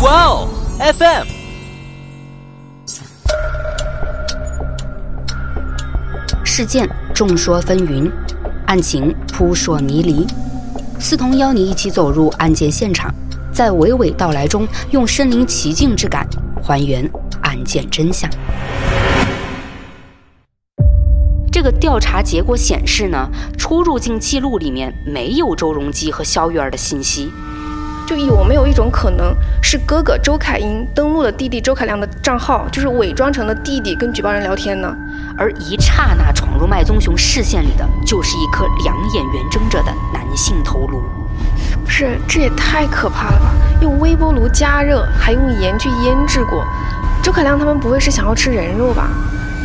哇哦 FM。 事件众说纷纭，案情扑朔迷离。思彤邀你一起走入案件现场，在娓娓道来中用身临其境之感还原案件真相。这个调查结果显示呢，出入境记录里面没有周荣基和肖月儿的信息。 就有没有一种可能是哥哥周凯英登录了弟弟周凯亮的账号，就是伪装成了弟弟跟举报人聊天呢？ 而一刹那闯入麦宗雄视线里的，就是一颗两眼圆睁着的男性头颅。 不是，这也太可怕了吧！用微波炉加热，还用盐去腌制过。周凯亮他们不会是想要吃人肉吧？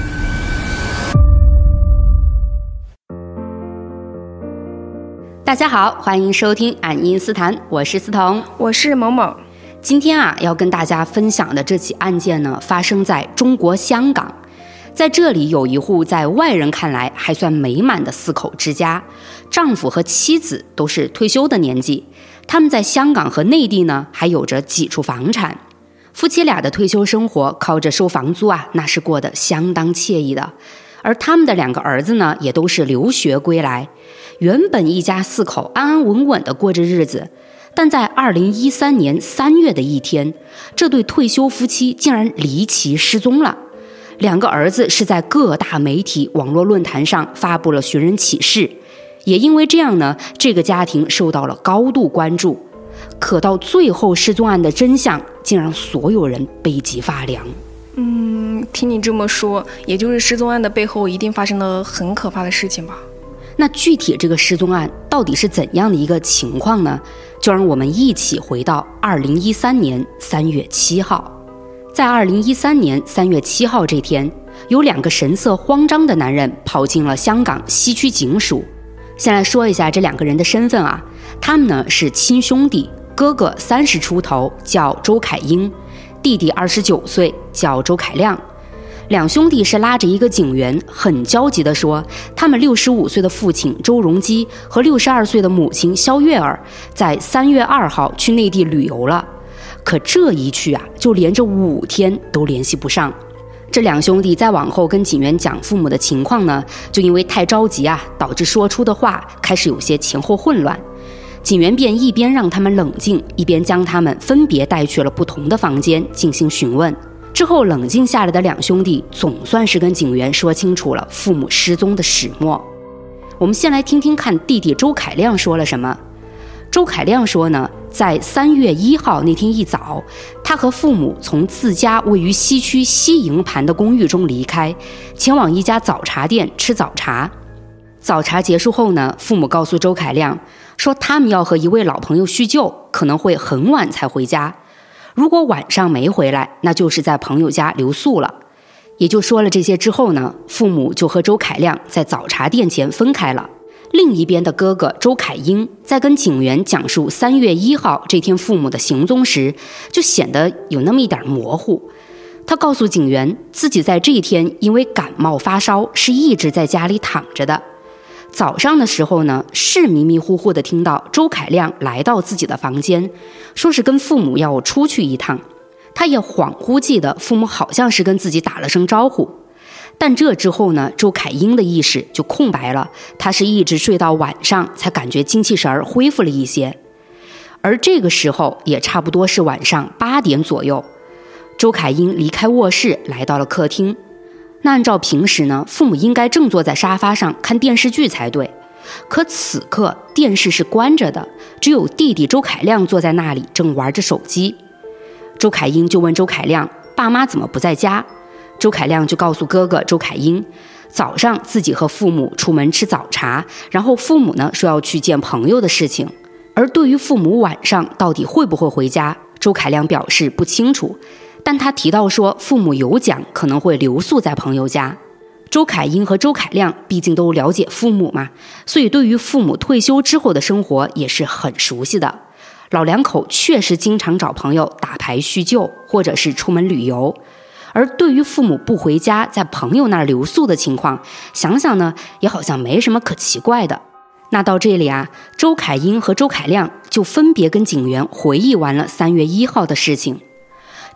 大家好，欢迎收听爱因斯坦，我是思彤， 我是某某。 今天要跟大家分享的这起案件呢，发生在中国香港。在这里有一户在外人看来还算美满的4口之家，丈夫和妻子都是退休的年纪，他们在香港和内地呢还有着几处房产。夫妻俩的退休生活靠着收房租那是过得相当惬意的。而他们的2个儿子呢，也都是留学归来。原本一家4口安安稳稳地过着日子，但在2013年3月的一天，这对退休夫妻竟然离奇失踪了。2个儿子是在各大媒体网络论坛上发布了寻人启事，也因为这样呢，这个家庭受到了高度关注。可到最后，失踪案的真相竟让所有人背脊发凉。 听你这么说，也就是失踪案的背后一定发生了很可怕的事情吧？ 那具体这个失踪案到底是怎样的一个情况呢？就让我们一起回到2013年3月7号。在2013年3月7号这天，有2个神色慌张的男人跑进了香港西区警署。先来说一下这2个人的身份他们呢是亲兄弟，哥哥30出头叫周凯英，弟弟29岁叫周凯亮。2兄弟是拉着一个警员，很焦急地说，他们65岁的父亲周荣基和62岁的母亲肖月儿在3月2号去内地旅游了。可这一去就连着5天都联系不上。这2兄弟再往后跟警员讲父母的情况呢，就因为太着急导致说出的话开始有些前后混乱。警员便一边让他们冷静，一边将他们分别带去了不同的房间进行询问。之后冷静下来的2兄弟总算是跟警员说清楚了父母失踪的始末。我们先来听听看弟弟周凯亮说了什么。周凯亮说呢，在3月1号那天一早，他和父母从自家位于西区西营盘的公寓中离开，前往一家早茶店吃早茶。早茶结束后呢，父母告诉周凯亮说，他们要和一位老朋友叙旧，可能会很晚才回家。如果晚上没回来，那就是在朋友家留宿了。也就说了这些之后呢，父母就和周凯亮在早茶店前分开了。另一边的哥哥周凯英在跟警员讲述3月1号这天父母的行踪时，就显得有那么一点模糊。他告诉警员，自己在这一天因为感冒发烧，是一直在家里躺着的。早上的时候呢，是迷迷糊糊的听到周凯亮来到自己的房间，说是跟父母要出去一趟。他也恍惚记得父母好像是跟自己打了声招呼。但这之后呢，周凯英的意识就空白了，他是一直睡到晚上才感觉精气神恢复了一些。而这个时候也差不多是晚上8点左右，周凯英离开卧室来到了客厅。那按照平时呢，父母应该正坐在沙发上看电视剧才对，可此刻电视是关着的，只有弟弟周凯亮坐在那里正玩着手机。周凯英就问周凯亮，爸妈怎么不在家？周凯亮就告诉哥哥周凯英，早上自己和父母出门吃早茶，然后父母呢说要去见朋友的事情。而对于父母晚上到底会不会回家，周凯亮表示不清楚，但他提到说父母有讲可能会留宿在朋友家。周凯英和周凯亮毕竟都了解父母嘛，所以对于父母退休之后的生活也是很熟悉的。老2口确实经常找朋友打牌叙旧，或者是出门旅游。而对于父母不回家，在朋友那儿留宿的情况，想想呢，也好像没什么可奇怪的。那到这里周凯英和周凯亮就分别跟警员回忆完了3月1号的事情。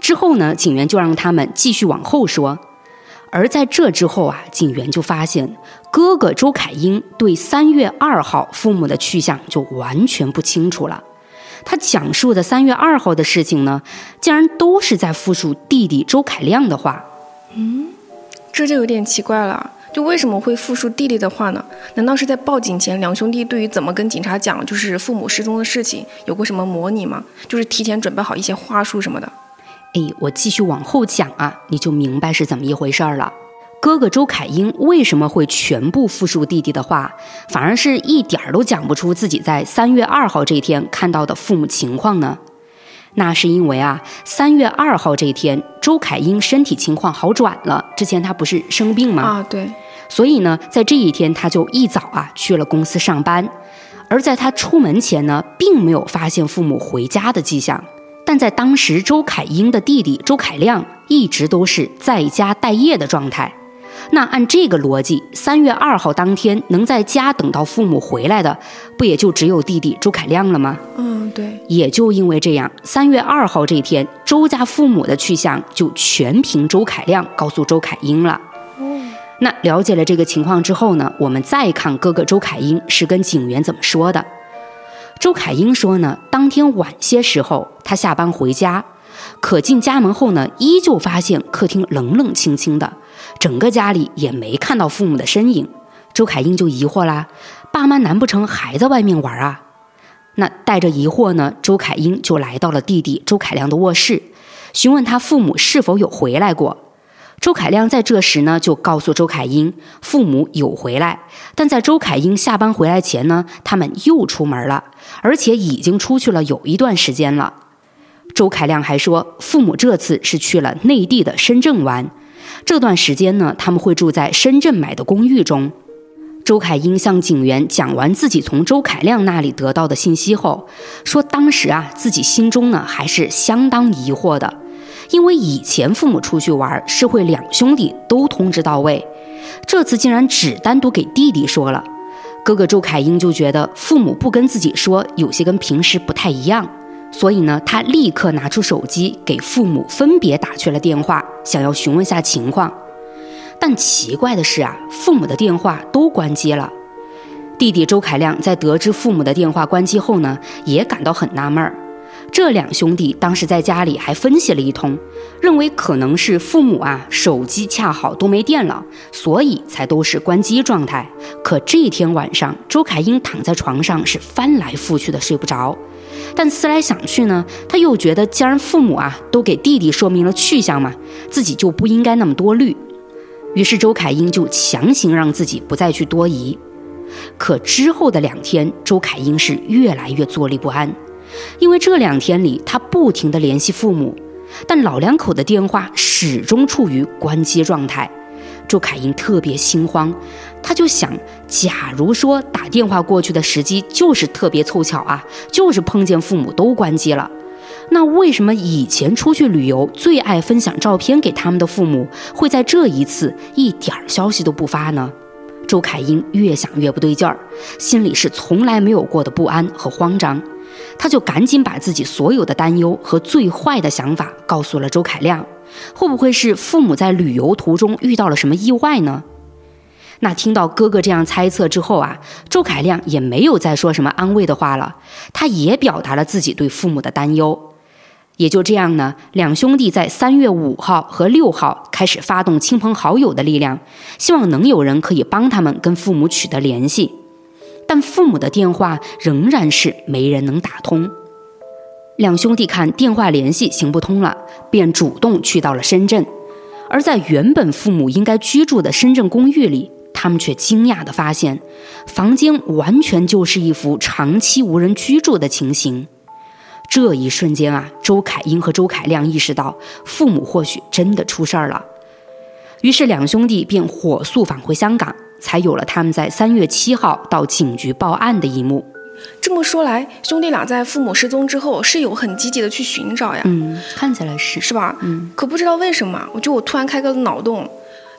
之后呢，警员就让他们继续往后说。而在这之后啊，警员就发现哥哥周凯英对3月2号父母的去向就完全不清楚了。他讲述的3月2号的事情呢，竟然都是在复述弟弟周凯亮的话。 这就有点奇怪了，就为什么会复述弟弟的话呢？难道是在报警前两兄弟对于怎么跟警察讲就是父母失踪的事情有过什么模拟吗？就是提前准备好一些话术什么的？ 我继续往后讲啊，你就明白是怎么一回事了。哥哥周凯英为什么会全部复述弟弟的话，反而是一点都讲不出自己在3月2号这天看到的父母情况呢？那是因为啊，3月2号这天，周凯英身体情况好转了，之前他不是生病吗？ 对。 所以呢，在这一天他就一早啊去了公司上班，而在他出门前呢，并没有发现父母回家的迹象。但在当时，周凯英的弟弟周凯亮一直都是在家待业的状态。那按这个逻辑，3月2号当天能在家等到父母回来的，不也就只有弟弟周凯亮了吗？ 对。 也就因为这样，3月2号这天，周家父母的去向就全凭周凯亮告诉周凯英了。那了解了这个情况之后呢，我们再看哥哥周凯英是跟警员怎么说的。周凯英说呢，当天晚些时候他下班回家，可进家门后呢，依旧发现客厅冷冷清清的，整个家里也没看到父母的身影。周凯英就疑惑啦，爸妈难不成还在外面玩啊？那带着疑惑呢，周凯英就来到了弟弟周凯亮的卧室，询问他父母是否有回来过。周凯亮在这时呢，就告诉周凯英，父母有回来，但在周凯英下班回来前呢，他们又出门了，而且已经出去了有一段时间了。周凯亮还说，父母这次是去了内地的深圳玩，这段时间呢，他们会住在深圳买的公寓中。周凯英向警员讲完自己从周凯亮那里得到的信息后，说当时啊，自己心中呢还是相当疑惑的，因为以前父母出去玩是会两兄弟都通知到位，这次竟然只单独给弟弟说了。哥哥周凯英就觉得父母不跟自己说，有些跟平时不太一样，所以呢，他立刻拿出手机给父母分别打去了电话，想要询问下情况。但奇怪的是啊，父母的电话都关机了。弟弟周凯亮在得知父母的电话关机后呢，也感到很纳闷儿。这两兄弟当时在家里还分析了一通，认为可能是父母啊手机恰好都没电了，所以才都是关机状态。可这天晚上，周凯英躺在床上是翻来覆去的睡不着，但思来想去呢，他又觉得既然父母啊都给弟弟说明了去向嘛，自己就不应该那么多虑。于是周凯英就强行让自己不再去多疑。可之后的2天，周凯英是越来越坐立不安，因为这2天里他不停地联系父母，但老两口的电话始终处于关机状态。周凯英特别心慌，他就想，假如说打电话过去的时机就是特别凑巧啊，就是碰见父母都关机了，那为什么以前出去旅游最爱分享照片给他们的父母，会在这一次一点消息都不发呢？周凯英越想越不对劲儿，心里是从来没有过的不安和慌张。他就赶紧把自己所有的担忧和最坏的想法告诉了周凯亮，会不会是父母在旅游途中遇到了什么意外呢？那听到哥哥这样猜测之后啊，周凯亮也没有再说什么安慰的话了，他也表达了自己对父母的担忧。也就这样呢，两兄弟在3月5号和6号开始发动亲朋好友的力量，希望能有人可以帮他们跟父母取得联系。但父母的电话仍然是没人能打通。两兄弟看电话联系行不通了，便主动去到了深圳。而在原本父母应该居住的深圳公寓里，他们却惊讶地发现，房间完全就是一幅长期无人居住的情形。这一瞬间啊，周凯英和周凯亮意识到父母或许真的出事儿了。于是两兄弟便火速返回香港，才有了他们在3月7号到警局报案的一幕。 这么说来，兄弟俩在父母失踪之后是有很积极的去寻找呀。 看起来是吧？可不知道为什么，我突然开个脑洞，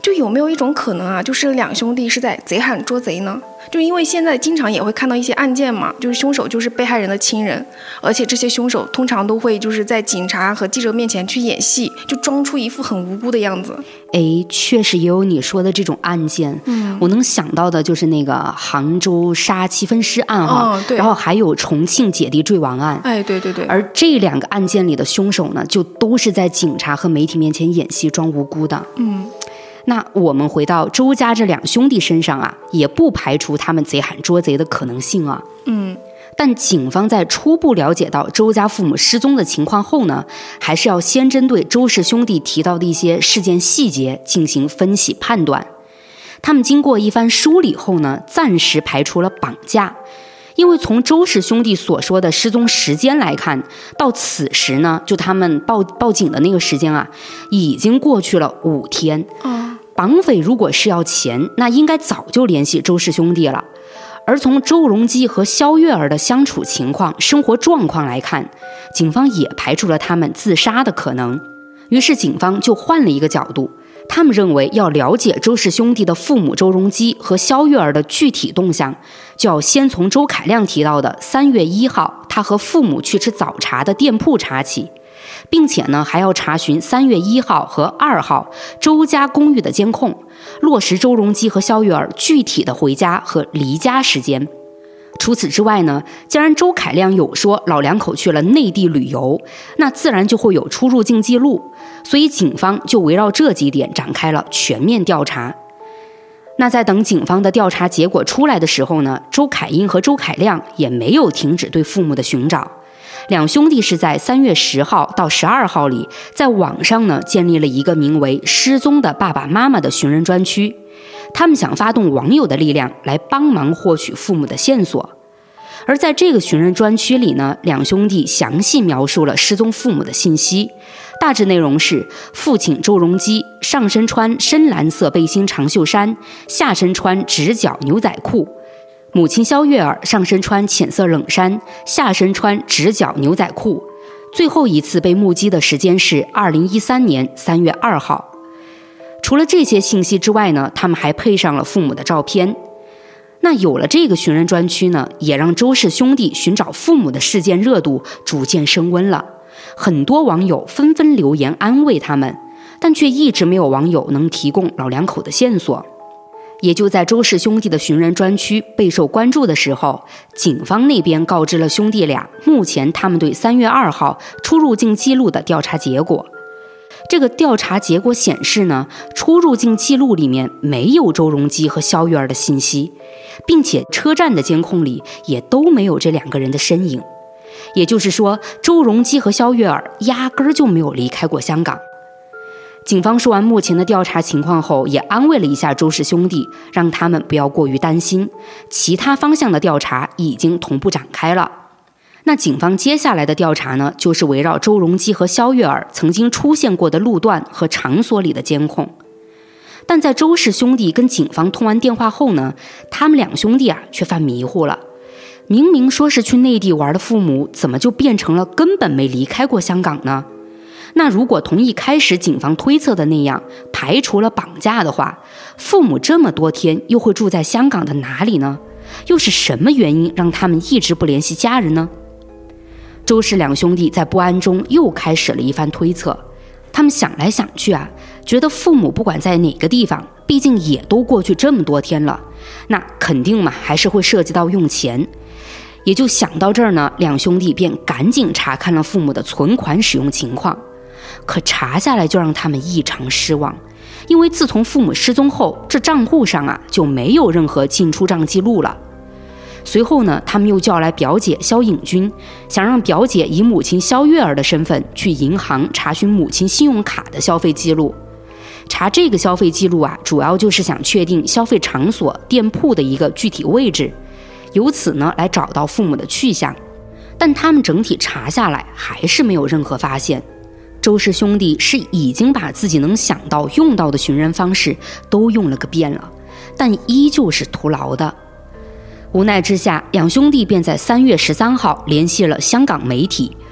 就有没有一种可能啊，就是两兄弟是在贼喊捉贼呢？就因为现在经常也会看到一些案件嘛，就是凶手就是被害人的亲人，而且这些凶手通常都会就是在警察和记者面前去演戏，就装出一副很无辜的样子。 确实也有你说的这种案件。我能想到的就是那个杭州杀7分尸案哈， 对， 然后还有重庆姐弟坠亡案。 对。 而这2个案件里的凶手呢，就都是在警察和媒体面前演戏装无辜的。那我们回到周家这2兄弟身上啊，也不排除他们贼喊捉贼的可能性啊。但警方在初步了解到周家父母失踪的情况后呢，还是要先针对周氏兄弟提到的一些事件细节进行分析判断。他们经过一番梳理后呢，暂时排除了绑架，因为从周氏兄弟所说的失踪时间来看，到此时呢，就他们报警的那个时间啊，已经过去了5天。绑匪如果是要钱，那应该早就联系周氏兄弟了。而从周荣基和肖月儿的相处情况、生活状况来看，警方也排除了他们自杀的可能。于是警方就换了一个角度，他们认为要了解周氏兄弟的父母周荣基和肖月儿的具体动向，就要先从周凯亮提到的3月1号他和父母去吃早茶的店铺查起，并且呢，还要查询3月1号和2号周家公寓的监控，落实周荣基和肖月儿具体的回家和离家时间。除此之外呢，既然周凯亮有说老两口去了内地旅游，那自然就会有出入境记录，所以警方就围绕这几点展开了全面调查。那在等警方的调查结果出来的时候呢，周凯英和周凯亮也没有停止对父母的寻找。2兄弟是在3月10号到12号里，在网上呢建立了一个名为失踪的爸爸妈妈的寻人专区，他们想发动网友的力量来帮忙获取父母的线索。而在这个寻人专区里呢，2兄弟详细描述了失踪父母的信息，大致内容是：父亲周荣基上身穿深蓝色背心长袖衫，下身穿直角牛仔裤；母亲肖月儿上身穿浅色冷衫，下身穿直角牛仔裤。最后一次被目击的时间是2013年3月2号。除了这些信息之外呢，他们还配上了父母的照片。那有了这个寻人专区呢，也让周氏兄弟寻找父母的事件热度逐渐升温了。很多网友纷纷留言安慰他们，但却一直没有网友能提供老两口的线索。也就在周氏兄弟的寻人专区备受关注的时候，警方那边告知了兄弟俩目前他们对3月2号出入境记录的调查结果。这个调查结果显示呢，出入境记录里面没有周荣基和肖月儿的信息，并且车站的监控里也都没有这2个人的身影。也就是说，周荣基和肖月儿压根儿就没有离开过香港。警方说完目前的调查情况后，也安慰了一下周氏兄弟，让他们不要过于担心，其他方向的调查已经同步展开了。那警方接下来的调查呢，就是围绕周荣基和肖月儿曾经出现过的路段和场所里的监控。但在周氏兄弟跟警方通完电话后呢，他们2兄弟却犯迷糊了。明明说是去内地玩的父母，怎么就变成了根本没离开过香港呢？那如果同一开始警方推测的那样，排除了绑架的话，父母这么多天又会住在香港的哪里呢？又是什么原因让他们一直不联系家人呢？周氏2兄弟在不安中又开始了一番推测。他们想来想去觉得父母不管在哪个地方，毕竟也都过去这么多天了，那肯定嘛还是会涉及到用钱。也就想到这儿呢，2兄弟便赶紧查看了父母的存款使用情况。可查下来就让他们异常失望，因为自从父母失踪后，这账户上就没有任何进出账记录了。随后呢，他们又叫来表姐肖颖君，想让表姐以母亲肖月儿的身份去银行查询母亲信用卡的消费记录。查这个消费记录主要就是想确定消费场所店铺的一个具体位置，由此呢来找到父母的去向。但他们整体查下来还是没有任何发现。周氏兄弟是已经把自己能想到用到的寻人方式都用了个遍了，但依旧是徒劳的。无奈之下，2兄弟便在3月13号联系了香港媒体。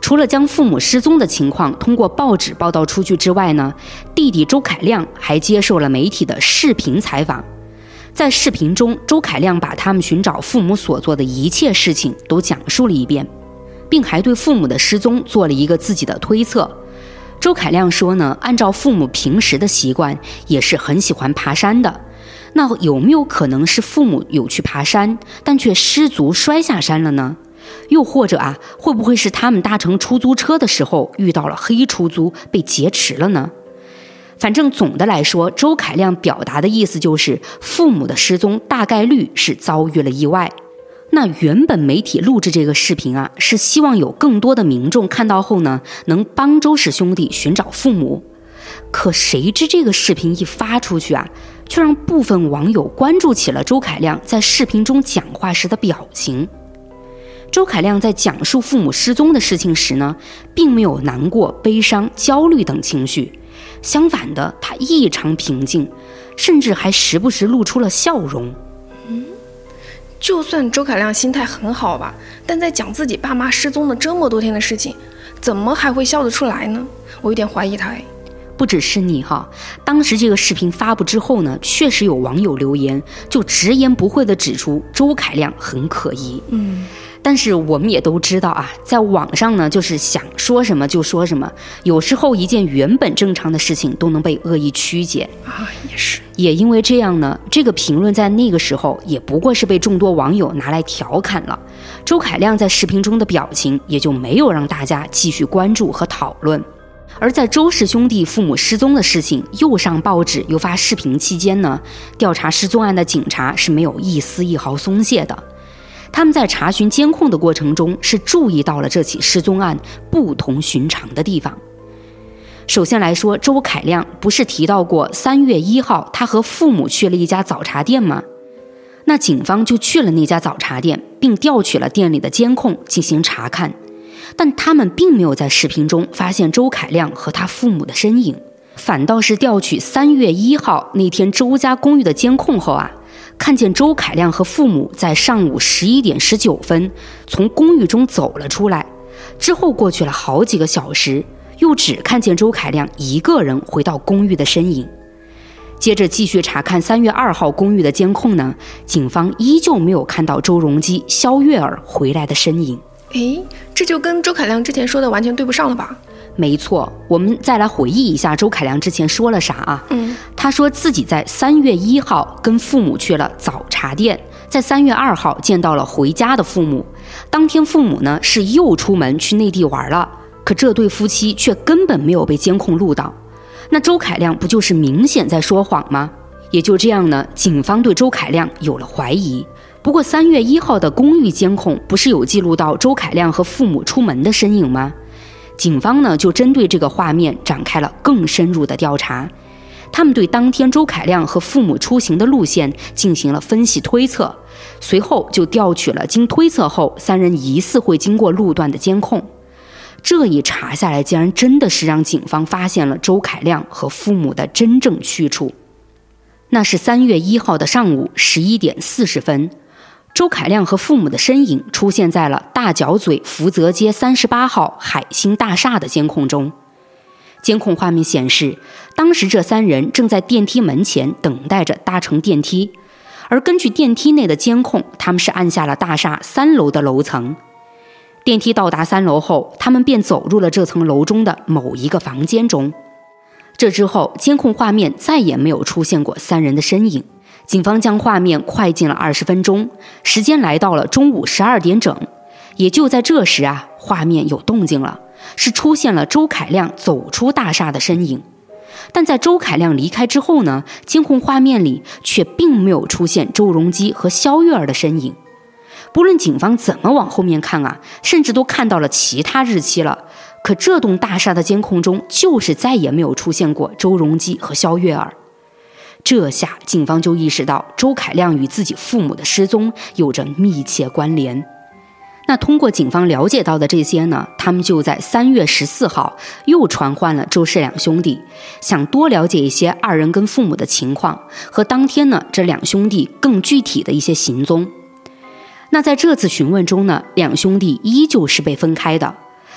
除了将父母失踪的情况通过报纸报道出去之外呢，弟弟周凯亮还接受了媒体的视频采访。在视频中，周凯亮把他们寻找父母所做的一切事情都讲述了一遍，并还对父母的失踪做了一个自己的推测。周凯亮说呢，按照父母平时的习惯，也是很喜欢爬山的。那有没有可能是父母有去爬山，但却失足摔下山了呢？又或者会不会是他们搭乘出租车的时候遇到了黑出租，被劫持了呢？反正总的来说，周凯亮表达的意思就是父母的失踪大概率是遭遇了意外。那原本媒体录制这个视频是希望有更多的民众看到后呢，能帮周氏兄弟寻找父母。可谁知这个视频一发出去却让部分网友关注起了周凯亮在视频中讲话时的表情。周凯亮在讲述父母失踪的事情时呢，并没有难过、悲伤、焦虑等情绪，相反的，他异常平静，甚至还时不时露出了笑容。 就算周凯亮心态很好吧，但在讲自己爸妈失踪了这么多天的事情，怎么还会笑得出来呢？我有点怀疑他。 不只是你当时这个视频发布之后呢，确实有网友留言，就直言不讳地指出周凯亮很可疑。但是我们也都知道在网上呢，就是想说什么就说什么，有时候一件原本正常的事情都能被恶意曲解也因为这样呢，这个评论在那个时候也不过是被众多网友拿来调侃了。周凯亮在视频中的表情也就没有让大家继续关注和讨论。而在周氏兄弟父母失踪的事情又上报纸又发视频期间呢，调查失踪案的警察是没有一丝一毫松懈的。他们在查询监控的过程中是注意到了这起失踪案不同寻常的地方。首先来说，周凯亮不是提到过3月1号他和父母去了一家早茶店吗？那警方就去了那家早茶店，并调取了店里的监控进行查看，但他们并没有在视频中发现周凯亮和他父母的身影，反倒是调取3月1号那天周家公寓的监控后看见周凯亮和父母在上午11点19分从公寓中走了出来，之后过去了好几个小时，又只看见周凯亮一个人回到公寓的身影。接着继续查看3月2号公寓的监控呢，警方依旧没有看到周荣基、肖月儿回来的身影。 这就跟周凯亮之前说的完全对不上了吧？ 没错，我们再来回忆一下周凯亮之前说了啥他说自己在3月1号跟父母去了早茶店，在3月2号见到了回家的父母，当天父母呢是又出门去内地玩了，可这对夫妻却根本没有被监控录到。那周凯亮不就是明显在说谎吗？也就这样呢，警方对周凯亮有了怀疑。不过3月1号的公寓监控不是有记录到周凯亮和父母出门的身影吗？警方呢就针对这个画面展开了更深入的调查，他们对当天周凯亮和父母出行的路线进行了分析推测，随后就调取了经推测后3人疑似会经过路段的监控。这一查下来，竟然真的是让警方发现了周凯亮和父母的真正去处。那是3月1号的上午11点40分，周凯亮和父母的身影出现在了大角嘴福泽街38号海星大厦的监控中。监控画面显示，当时这3人正在电梯门前等待着搭乘电梯，而根据电梯内的监控，他们是按下了大厦3楼的楼层。电梯到达3楼后，他们便走入了这层楼中的某一个房间中。这之后，监控画面再也没有出现过3人的身影。警方将画面快进了20分钟，时间来到了中午12点整。也就在这时画面有动静了，是出现了周凯亮走出大厦的身影。但在周凯亮离开之后呢，监控画面里却并没有出现周荣基和肖月儿的身影。不论警方怎么往后面看甚至都看到了其他日期了，可这栋大厦的监控中就是再也没有出现过周荣基和肖月儿。这下警方就意识到周凯亮与自己父母的失踪有着密切关联。那通过警方了解到的这些呢，他们就在3月14号又传唤了周氏两兄弟，想多了解一些2人跟父母的情况，和当天呢这2兄弟更具体的一些行踪。那在这次询问中呢，2兄弟依旧是被分开的。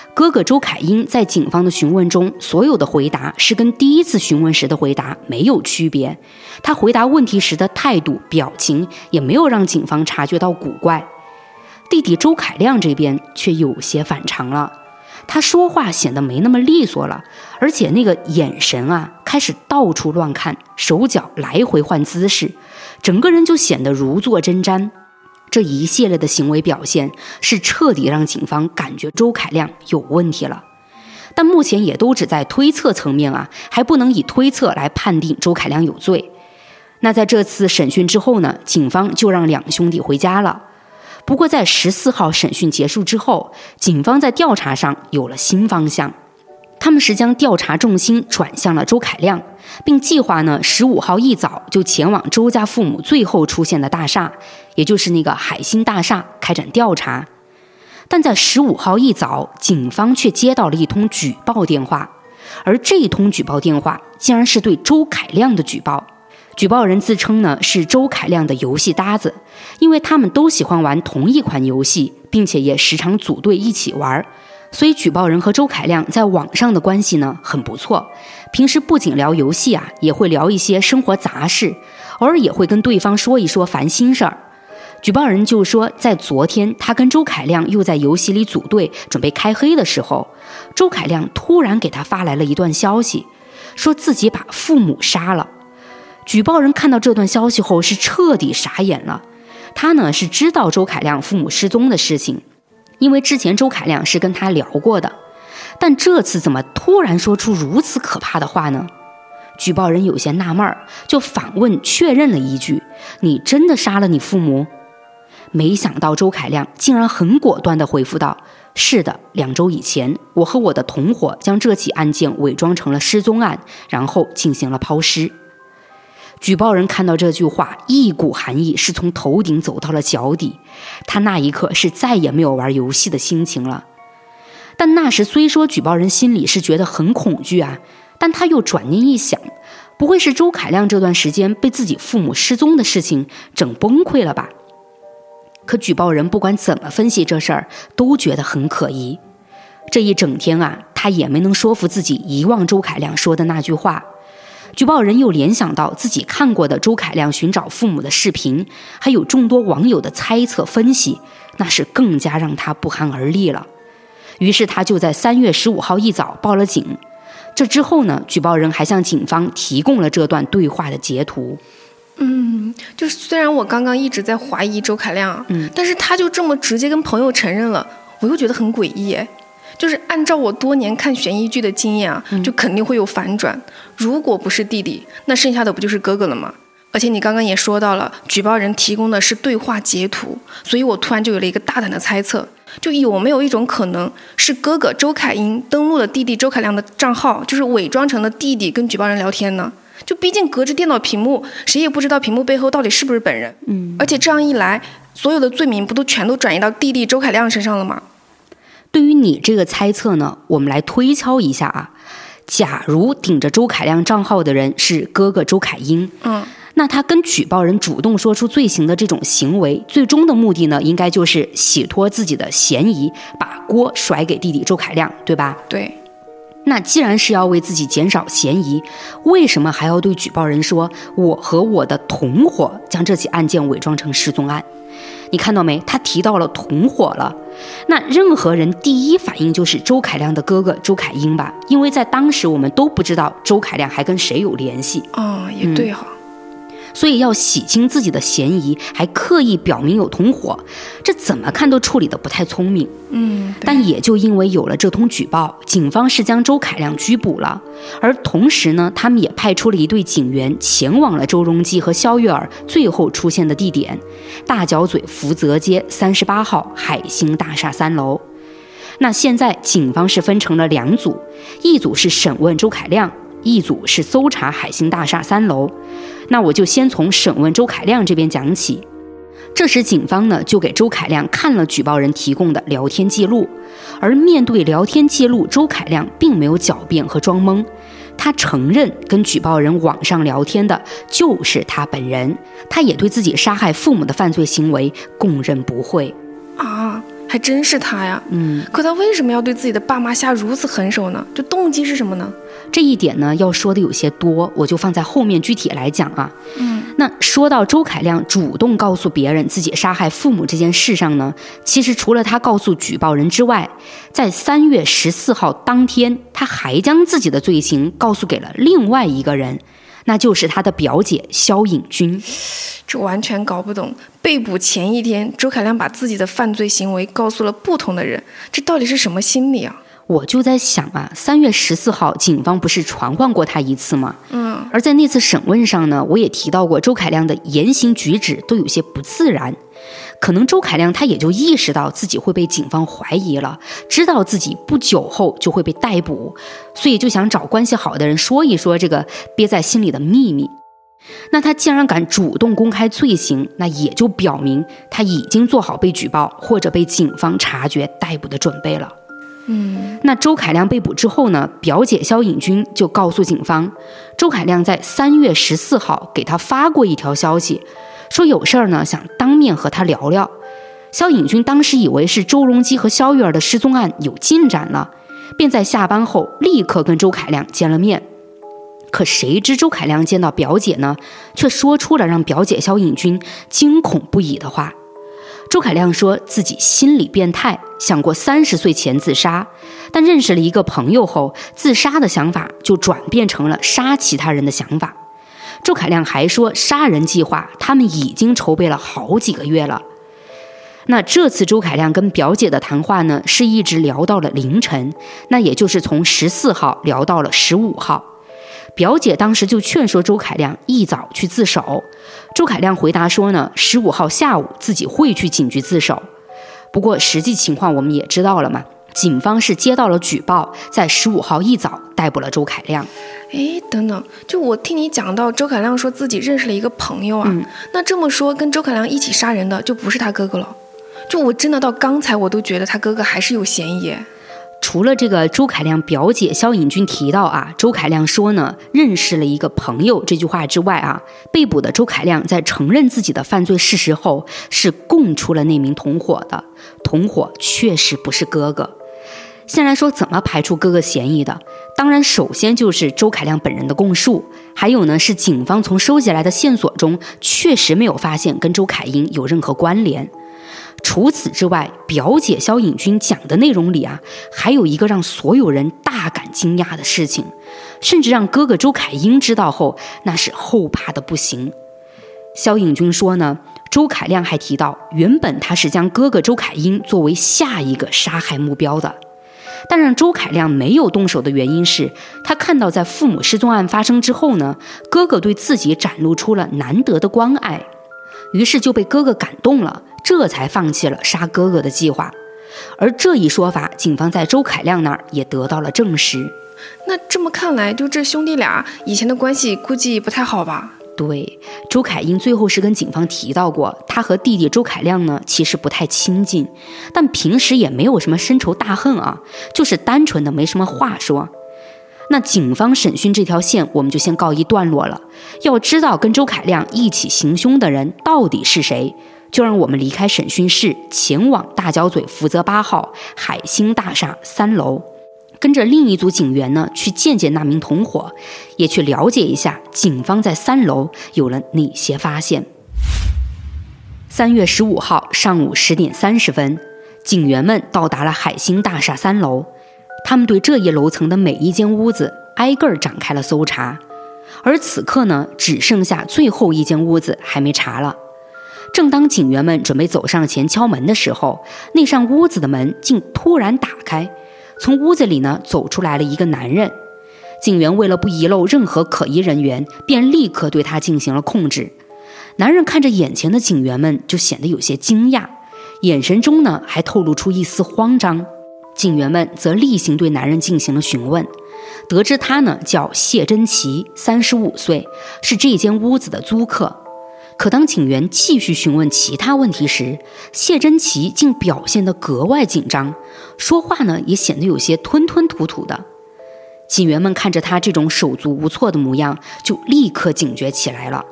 哥哥周凯英在警方的询问中，所有的回答是跟第一次询问时的回答没有区别，他回答问题时的态度、表情也没有让警方察觉到古怪。弟弟周凯亮这边却有些反常了，他说话显得没那么利索了，而且那个眼神啊，开始到处乱看，手脚来回换姿势，整个人就显得如坐针毡。这一系列的行为表现是彻底让警方感觉周凯亮有问题了，但目前也都只在推测层面啊，还不能以推测来判定周凯亮有罪。那在这次审讯之后呢，警方就让两兄弟回家了。不过在14号审讯结束之后，警方在调查上有了新方向，他们是将调查重心转向了周凯亮，并计划呢15号一早就前往周家父母最后出现的大厦，也就是那个海星大厦开展调查。但在15号一早，警方却接到了一通举报电话，而这一通举报电话竟然是对周凯亮的举报。举报人自称呢是周凯亮的游戏搭子，因为他们都喜欢玩同一款游戏，并且也时常组队一起玩，所以举报人和周凯亮在网上的关系呢很不错，平时不仅聊游戏啊，也会聊一些生活杂事，偶尔也会跟对方说一说烦心事儿。举报人就说，在昨天他跟周凯亮又在游戏里组队准备开黑的时候，周凯亮突然给他发来了一段消息，说自己把父母杀了。举报人看到这段消息后是彻底傻眼了，他呢是知道周凯亮父母失踪的事情，因为之前周凯亮是跟他聊过的，但这次怎么突然说出如此可怕的话呢？举报人有些纳闷，就反问确认了一句：“你真的杀了你父母？”没想到周凯亮竟然很果断地回复道：“是的，2周以前，我和我的同伙将这起案件伪装成了失踪案，然后进行了抛尸。”举报人看到这句话，一股寒意是从头顶走到了脚底，他那一刻是再也没有玩游戏的心情了。但那时虽说举报人心里是觉得很恐惧啊，但他又转念一想，不会是周凯亮这段时间被自己父母失踪的事情整崩溃了吧？可举报人不管怎么分析这事儿，都觉得很可疑。这一整天啊，他也没能说服自己遗忘周凯亮说的那句话。举报人又联想到自己看过的周凯亮寻找父母的视频，还有众多网友的猜测分析，那是更加让他不寒而栗了。于是他就在3月15号一早报了警。这之后呢，举报人还向警方提供了这段对话的截图。 就是虽然我刚刚一直在怀疑周凯亮，但是他就这么直接跟朋友承认了，我又觉得很诡异。就是按照我多年看悬疑剧的经验啊，就肯定会有反转。如果不是弟弟，那剩下的不就是哥哥了吗？而且你刚刚也说到了，举报人提供的是对话截图，所以我突然就有了一个大胆的猜测，就有没有一种可能是哥哥周凯英登录了弟弟周凯亮的账号，就是伪装成了弟弟跟举报人聊天呢？就毕竟隔着电脑屏幕，谁也不知道屏幕背后到底是不是本人。而且这样一来，所有的罪名不都全都转移到弟弟周凯亮身上了吗？ 对于你这个猜测呢，我们来推敲一下啊。假如顶着周凯亮账号的人是哥哥周凯英，那他跟举报人主动说出罪行的这种行为，最终的目的呢，应该就是洗脱自己的嫌疑，把锅甩给弟弟周凯亮，对吧？ 对。 那既然是要为自己减少嫌疑，为什么还要对举报人说我和我的同伙将这起案件伪装成失踪案？你看到没？他提到了同伙了。那任何人第一反应就是周凯亮的哥哥周凯英吧，因为在当时我们都不知道周凯亮还跟谁有联系。 也对哈。 所以要洗清自己的嫌疑，还刻意表明有同伙，这怎么看都处理得不太聪明。但也就因为有了这通举报，警方是将周凯亮拘捕了，而同时呢，他们也派出了一队警员前往了周荣基和肖月儿最后出现的地点——大角嘴福泽街38号海星大厦3楼。那现在警方是分成了2组，一组是审问周凯亮，一组是搜查海星大厦3楼。那我就先从审问周凯亮这边讲起。这时警方呢就给周凯亮看了举报人提供的聊天记录，而面对聊天记录，周凯亮并没有狡辩和装懵，他承认跟举报人网上聊天的就是他本人，他也对自己杀害父母的犯罪行为供认不讳。 还真是他呀。可他为什么要对自己的爸妈下如此狠手呢？这动机是什么呢？ 这一点呢，要说的有些多，我就放在后面具体来讲啊。那说到周凯亮主动告诉别人自己杀害父母这件事上呢，其实除了他告诉举报人之外，在3月14号当天，他还将自己的罪行告诉给了另外一个人，那就是他的表姐肖颖君。 这完全搞不懂，被捕前一天，周凯亮把自己的犯罪行为告诉了不同的人，这到底是什么心理啊？ 我就在想啊，3月14号警方不是传唤过他一次吗？而在那次审问上呢，我也提到过周凯亮的言行举止都有些不自然，可能周凯亮他也就意识到自己会被警方怀疑了，知道自己不久后就会被逮捕，所以就想找关系好的人说一说这个憋在心里的秘密。那他既然敢主动公开罪行，那也就表明他已经做好被举报或者被警方察觉逮捕的准备了。那周凯亮被捕之后呢，表姐肖颖君就告诉警方，周凯亮在3月14号给他发过一条消息，说有事儿呢，想当面和他聊聊。肖颖君当时以为是周荣基和肖玉儿的失踪案有进展了，便在下班后立刻跟周凯亮见了面。可谁知周凯亮见到表姐呢，却说出了让表姐肖颖君惊恐不已的话。周凯亮说自己心理变态，想过30岁前自杀，但认识了一个朋友后，自杀的想法就转变成了杀其他人的想法。周凯亮还说，杀人计划他们已经筹备了好几个月了。那这次周凯亮跟表姐的谈话呢，是一直聊到了凌晨，那也就是从14号聊到了15号。表姐当时就劝说周凯亮一早去自首，周凯亮回答说呢，15号下午自己会去警局自首。不过实际情况我们也知道了嘛，警方是接到了举报，在15号一早逮捕了周凯亮。 等等，就我听你讲到周凯亮说自己认识了一个朋友啊，那这么说跟周凯亮一起杀人的就不是他哥哥了？就我真的到刚才我都觉得他哥哥还是有嫌疑。 除了这个周凯亮表姐肖颖君提到啊，周凯亮说呢认识了一个朋友这句话之外啊，被捕的周凯亮在承认自己的犯罪事实后，是供出了那名同伙的，同伙确实不是哥哥。先来说怎么排除哥哥嫌疑的，当然首先就是周凯亮本人的供述，还有呢是警方从收集来的线索中确实没有发现跟周凯英有任何关联。除此之外，表姐肖颖君讲的内容里啊，还有一个让所有人大感惊讶的事情，甚至让哥哥周凯英知道后，那是后怕的不行。肖颖君说呢，周凯亮还提到，原本他是将哥哥周凯英作为下一个杀害目标的，但让周凯亮没有动手的原因是，他看到在父母失踪案发生之后呢，哥哥对自己展露出了难得的关爱，于是就被哥哥感动了，这才放弃了杀哥哥的计划。而这一说法，警方在周凯亮那儿也得到了证实。 那这么看来，就这兄弟俩以前的关系估计不太好吧？ 对，周凯英最后是跟警方提到过，他和弟弟周凯亮呢其实不太亲近，但平时也没有什么深仇大恨啊，就是单纯的没什么话说。那警方审讯这条线我们就先告一段落了，要知道跟周凯亮一起行凶的人到底是谁，就让我们离开审讯室，前往大角咀福泽8号海星大厦3楼，跟着另一组警员呢去见见那名同伙，也去了解一下警方在3楼有了哪些发现。3月15号上午10点30分，警员们到达了海星大厦3楼，他们对这一楼层的每一间屋子挨个展开了搜查，而此刻呢，只剩下最后一间屋子还没查了。正当警员们准备走上前敲门的时候，那扇屋子的门竟突然打开，从屋子里呢走出来了一个男人。警员为了不遗漏任何可疑人员，便立刻对他进行了控制。男人看着眼前的警员们，就显得有些惊讶，眼神中呢还透露出一丝慌张。警员们则例行对男人进行了询问，得知他呢叫谢真奇，35岁，是这间屋子的租客。可当警员继续询问其他问题时，谢真奇竟表现得格外紧张，说话呢也显得有些吞吞吐吐的。警员们看着他这种手足无措的模样，就立刻警觉起来了。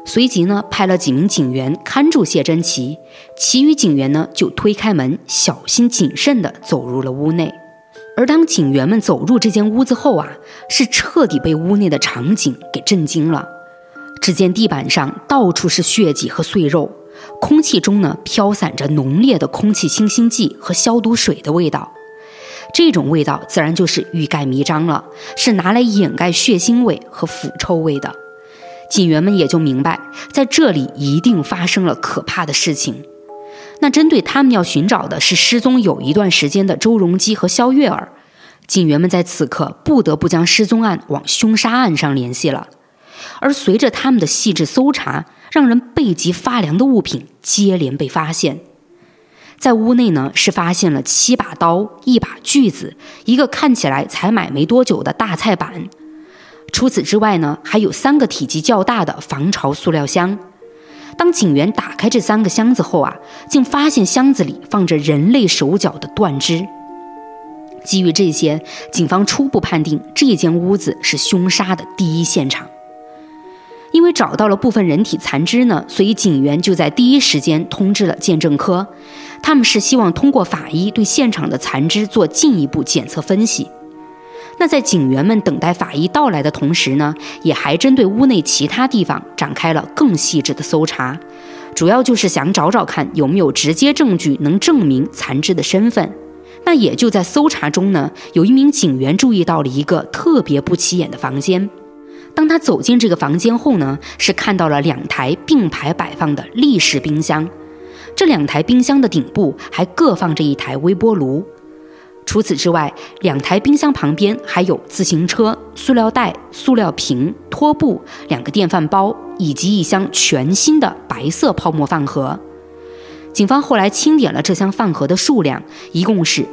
随即呢派了几名警员看住谢珍奇，其余警员呢就推开门，小心谨慎地走入了屋内。而当警员们走入这间屋子后啊，是彻底被屋内的场景给震惊了。只见地板上到处是血迹和碎肉，空气中呢飘散着浓烈的空气清新剂和消毒水的味道。这种味道自然就是欲盖弥彰了，是拿来掩盖血腥味和腐臭味的。警员们也就明白，在这里一定发生了可怕的事情。那针对他们要寻找的是失踪有一段时间的周荣基和肖月儿，警员们在此刻不得不将失踪案往凶杀案上联系了。而随着他们的细致搜查，让人背脊发凉的物品接连被发现。在屋内呢，是发现了7把刀、1把锯子，一个看起来才买没多久的大菜板。除此之外呢，还有3个体积较大的防潮塑料箱。当警员打开这3个箱子后啊，竟发现箱子里放着人类手脚的断肢。基于这些，警方初步判定这间屋子是凶杀的第一现场。因为找到了部分人体残肢呢，所以警员就在第一时间通知了鉴证科，他们是希望通过法医对现场的残肢做进一步检测分析。那在警员们等待法医到来的同时呢，也还针对屋内其他地方展开了更细致的搜查，主要就是想找找看有没有直接证据能证明残肢的身份。那也就在搜查中呢，有一名警员注意到了一个特别不起眼的房间。当他走进这个房间后呢，是看到了2台并排摆放的立式冰箱，这2台冰箱的顶部还各放着1台微波炉。除此之外，2台冰箱旁边还有自行车、塑料袋、塑料瓶、拖布、2个电饭煲以及1箱全新的白色泡沫饭盒。警方后来清点了这箱饭盒的数量，一共是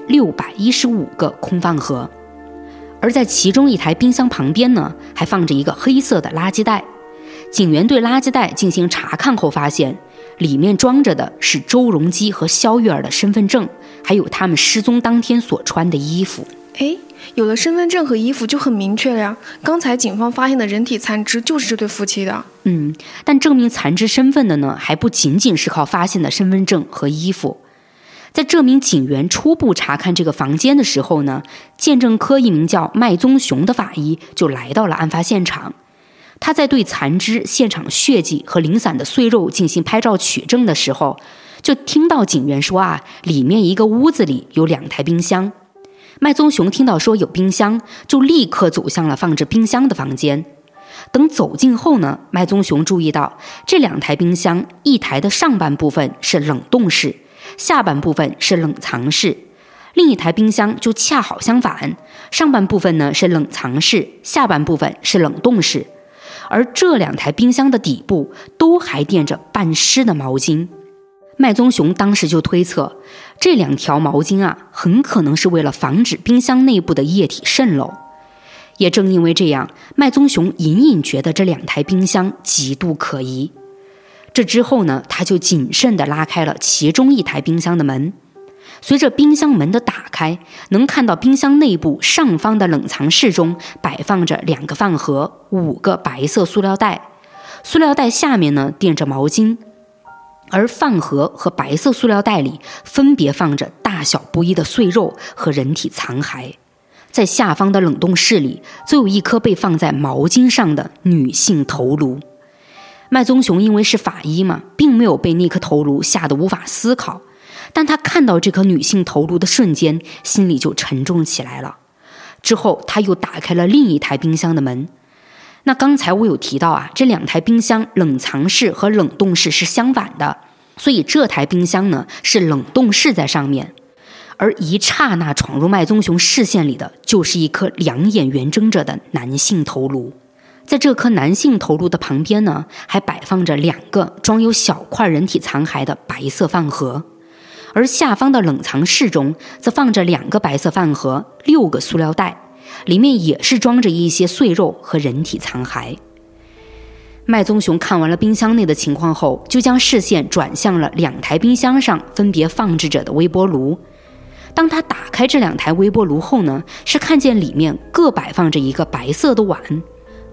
615个空饭盒。而在其中1台冰箱旁边呢，还放着一个黑色的垃圾袋。警员对垃圾袋进行查看后发现，里面装着的是周荣基和肖月儿的身份证，还有他们失踪当天所穿的衣服。 有了身份证和衣服就很明确了呀，刚才警方发现的人体残肢就是这对夫妻的。 但证明残肢身份的呢，还不仅仅是靠发现的身份证和衣服。在这名警员初步查看这个房间的时候呢，鉴证科一名叫麦宗雄的法医就来到了案发现场。他在对残肢、现场血迹和零散的碎肉进行拍照取证的时候，就听到警员说里面一个屋子里有2台冰箱。麦宗雄听到说有冰箱，就立刻走向了放置冰箱的房间。等走近后呢，麦宗雄注意到这2台冰箱，一台的上半部分是冷冻室，下半部分是冷藏室，另一台冰箱就恰好相反，上半部分呢是冷藏室，下半部分是冷冻室。而这2台冰箱的底部都还垫着半湿的毛巾。麦宗雄当时就推测，这2条毛巾很可能是为了防止冰箱内部的液体渗漏。也正因为这样，麦宗雄隐隐觉得这2台冰箱极度可疑。这之后呢，他就谨慎地拉开了其中1台冰箱的门。随着冰箱门的打开，能看到冰箱内部上方的冷藏室中摆放着2个饭盒、5个白色塑料袋，塑料袋下面呢垫着毛巾，而饭盒和白色塑料袋里分别放着大小不一的碎肉和人体残骸。在下方的冷冻室里，则有一颗被放在毛巾上的女性头颅。麦宗雄因为是法医嘛，并没有被那颗头颅吓得无法思考，但他看到这颗女性头颅的瞬间，心里就沉重起来了。之后他又打开了另一台冰箱的门。那刚才我有提到这2台冰箱冷藏室和冷冻室是相反的，所以这台冰箱呢是冷冻室在上面。而一刹那闯入麦宗雄视线里的，就是一颗2眼圆睁着的男性头颅。在这颗男性头颅的旁边呢，还摆放着2个装有小块人体残骸的白色饭盒，而下方的冷藏室中则放着2个白色饭盒、6个塑料袋，里面也是装着一些碎肉和人体残骸。麦宗雄看完了冰箱内的情况后，就将视线转向了2台冰箱上分别放置着的微波炉。当他打开这2台微波炉后呢，是看见里面各摆放着一个白色的碗，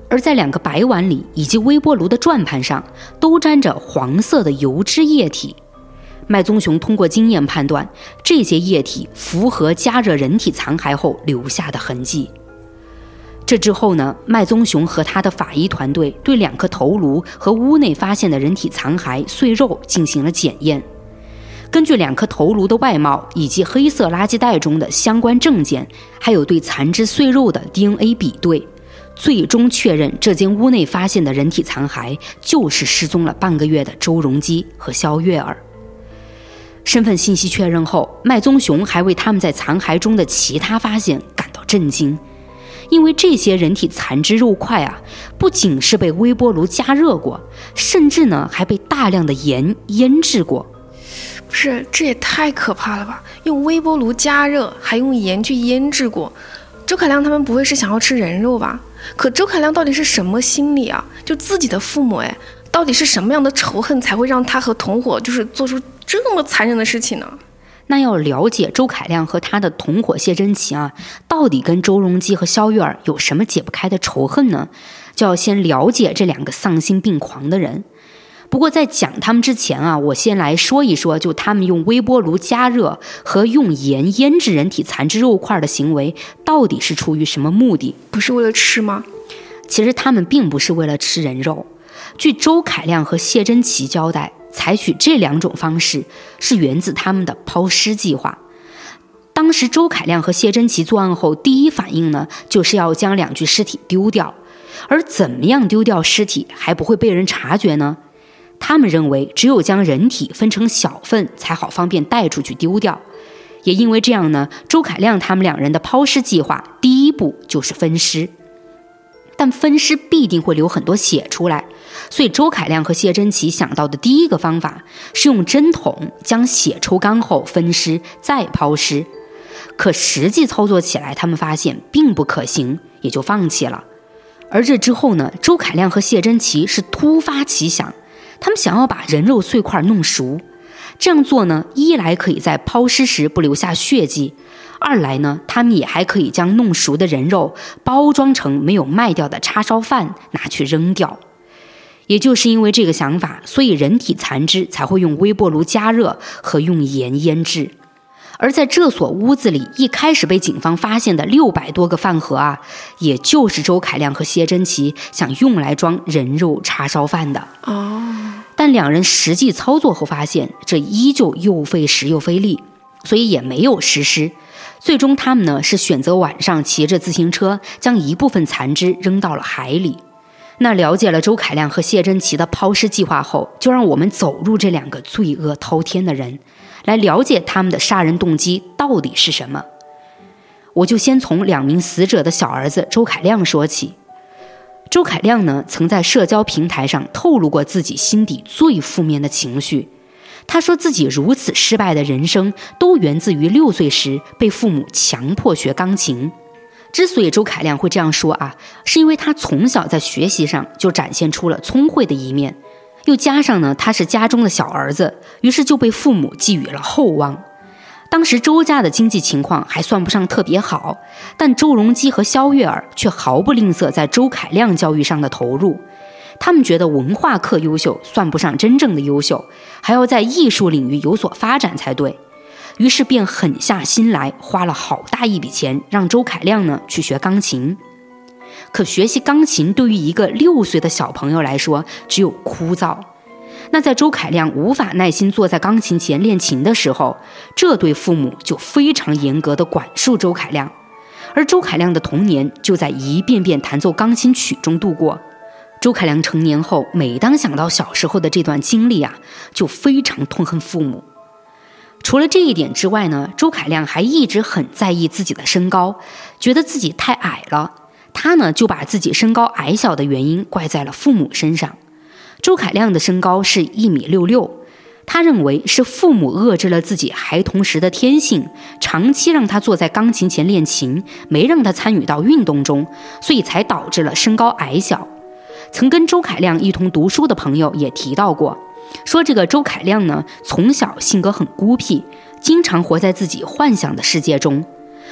而在2个白碗里以及微波炉的转盘上都沾着黄色的油脂液体。麦宗雄通过经验判断，这些液体符合加热人体残骸后留下的痕迹。这之后呢，麦宗雄和他的法医团队对2颗头颅和屋内发现的人体残骸碎肉进行了检验。根据2颗头颅的外貌以及黑色垃圾袋中的相关证件，还有对残肢碎肉的 DNA 比对，最终确认这间屋内发现的人体残骸就是失踪了半个月的周荣基和肖月儿。身份信息确认后，麦宗雄还为他们在残骸中的其他发现感到震惊。因为这些人体残肢肉块啊，不仅是被微波炉加热过，甚至呢还被大量的盐腌制过。 不是，这也太可怕了吧！用微波炉加热，还用盐去腌制过。周凯亮他们不会是想要吃人肉吧？可周凯亮到底是什么心理啊？就自己的父母，到底是什么样的仇恨才会让他和同伙就是做出这么残忍的事情呢？ 那要了解周凯亮和他的同伙谢珍奇啊，到底跟周荣基和肖月儿有什么解不开的仇恨呢？就要先了解这2个丧心病狂的人。不过在讲他们之前啊，我先来说一说，就他们用微波炉加热和用盐腌制人体残肢肉块的行为，到底是出于什么目的？ 不是为了吃吗？ 其实他们并不是为了吃人肉。据周凯亮和谢珍奇交代，采取这2种方式是源自他们的抛尸计划。当时周凯亮和谢珍奇作案后，第一反应呢，就是要将2具尸体丢掉。而怎么样丢掉尸体还不会被人察觉呢？他们认为只有将人体分成小份才好方便带出去丢掉。也因为这样呢，周凯亮他们2人的抛尸计划第一步就是分尸。但分尸必定会流很多血出来，所以周凯亮和谢珍奇想到的第一个方法是用针筒将血抽干后分尸再抛尸。可实际操作起来，他们发现并不可行，也就放弃了。而这之后呢，周凯亮和谢珍奇是突发奇想，他们想要把人肉碎块弄熟。这样做呢，一来可以在抛尸时不留下血迹，二来呢，他们也还可以将弄熟的人肉包装成没有卖掉的叉烧饭拿去扔掉。也就是因为这个想法，所以人体残肢才会用微波炉加热和用盐腌制。而在这所屋子里，一开始被警方发现的600多个饭盒啊，也就是周凯亮和谢珍奇想用来装人肉叉烧饭的。但2人实际操作后发现，这依旧又费时又费力，所以也没有实施。最终他们呢是选择晚上骑着自行车将一部分残肢扔到了海里。那了解了周凯亮和谢珍奇的抛尸计划后，就让我们走入这2个罪恶滔天的人，来了解他们的杀人动机到底是什么。我就先从2名死者的小儿子周凯亮说起。周凯亮呢，曾在社交平台上透露过自己心底最负面的情绪。他说自己如此失败的人生都源自于6岁时被父母强迫学钢琴。之所以周凯亮会这样说啊，是因为他从小在学习上就展现出了聪慧的一面，又加上呢他是家中的小儿子，于是就被父母寄予了厚望。当时周家的经济情况还算不上特别好，但周荣基和肖月儿却毫不吝啬在周凯亮教育上的投入。他们觉得文化课优秀算不上真正的优秀，还要在艺术领域有所发展才对。于是便狠下心来，花了好大一笔钱让周凯亮呢去学钢琴。可学习钢琴对于一个6岁的小朋友来说只有枯燥。那在周凯亮无法耐心坐在钢琴前练琴的时候，这对父母就非常严格地管束周凯亮，而周凯亮的童年就在一遍遍弹奏钢琴曲中度过。周凯亮成年后，每当想到小时候的这段经历啊，就非常痛恨父母。除了这一点之外呢，周凯亮还一直很在意自己的身高，觉得自己太矮了。他呢就把自己身高矮小的原因怪在了父母身上。周凯亮的身高是1.66米，他认为是父母遏制了自己孩童时的天性，长期让他坐在钢琴前练琴，没让他参与到运动中，所以才导致了身高矮小。曾跟周凯亮一同读书的朋友也提到过，说这个周凯亮呢，从小性格很孤僻，经常活在自己幻想的世界中。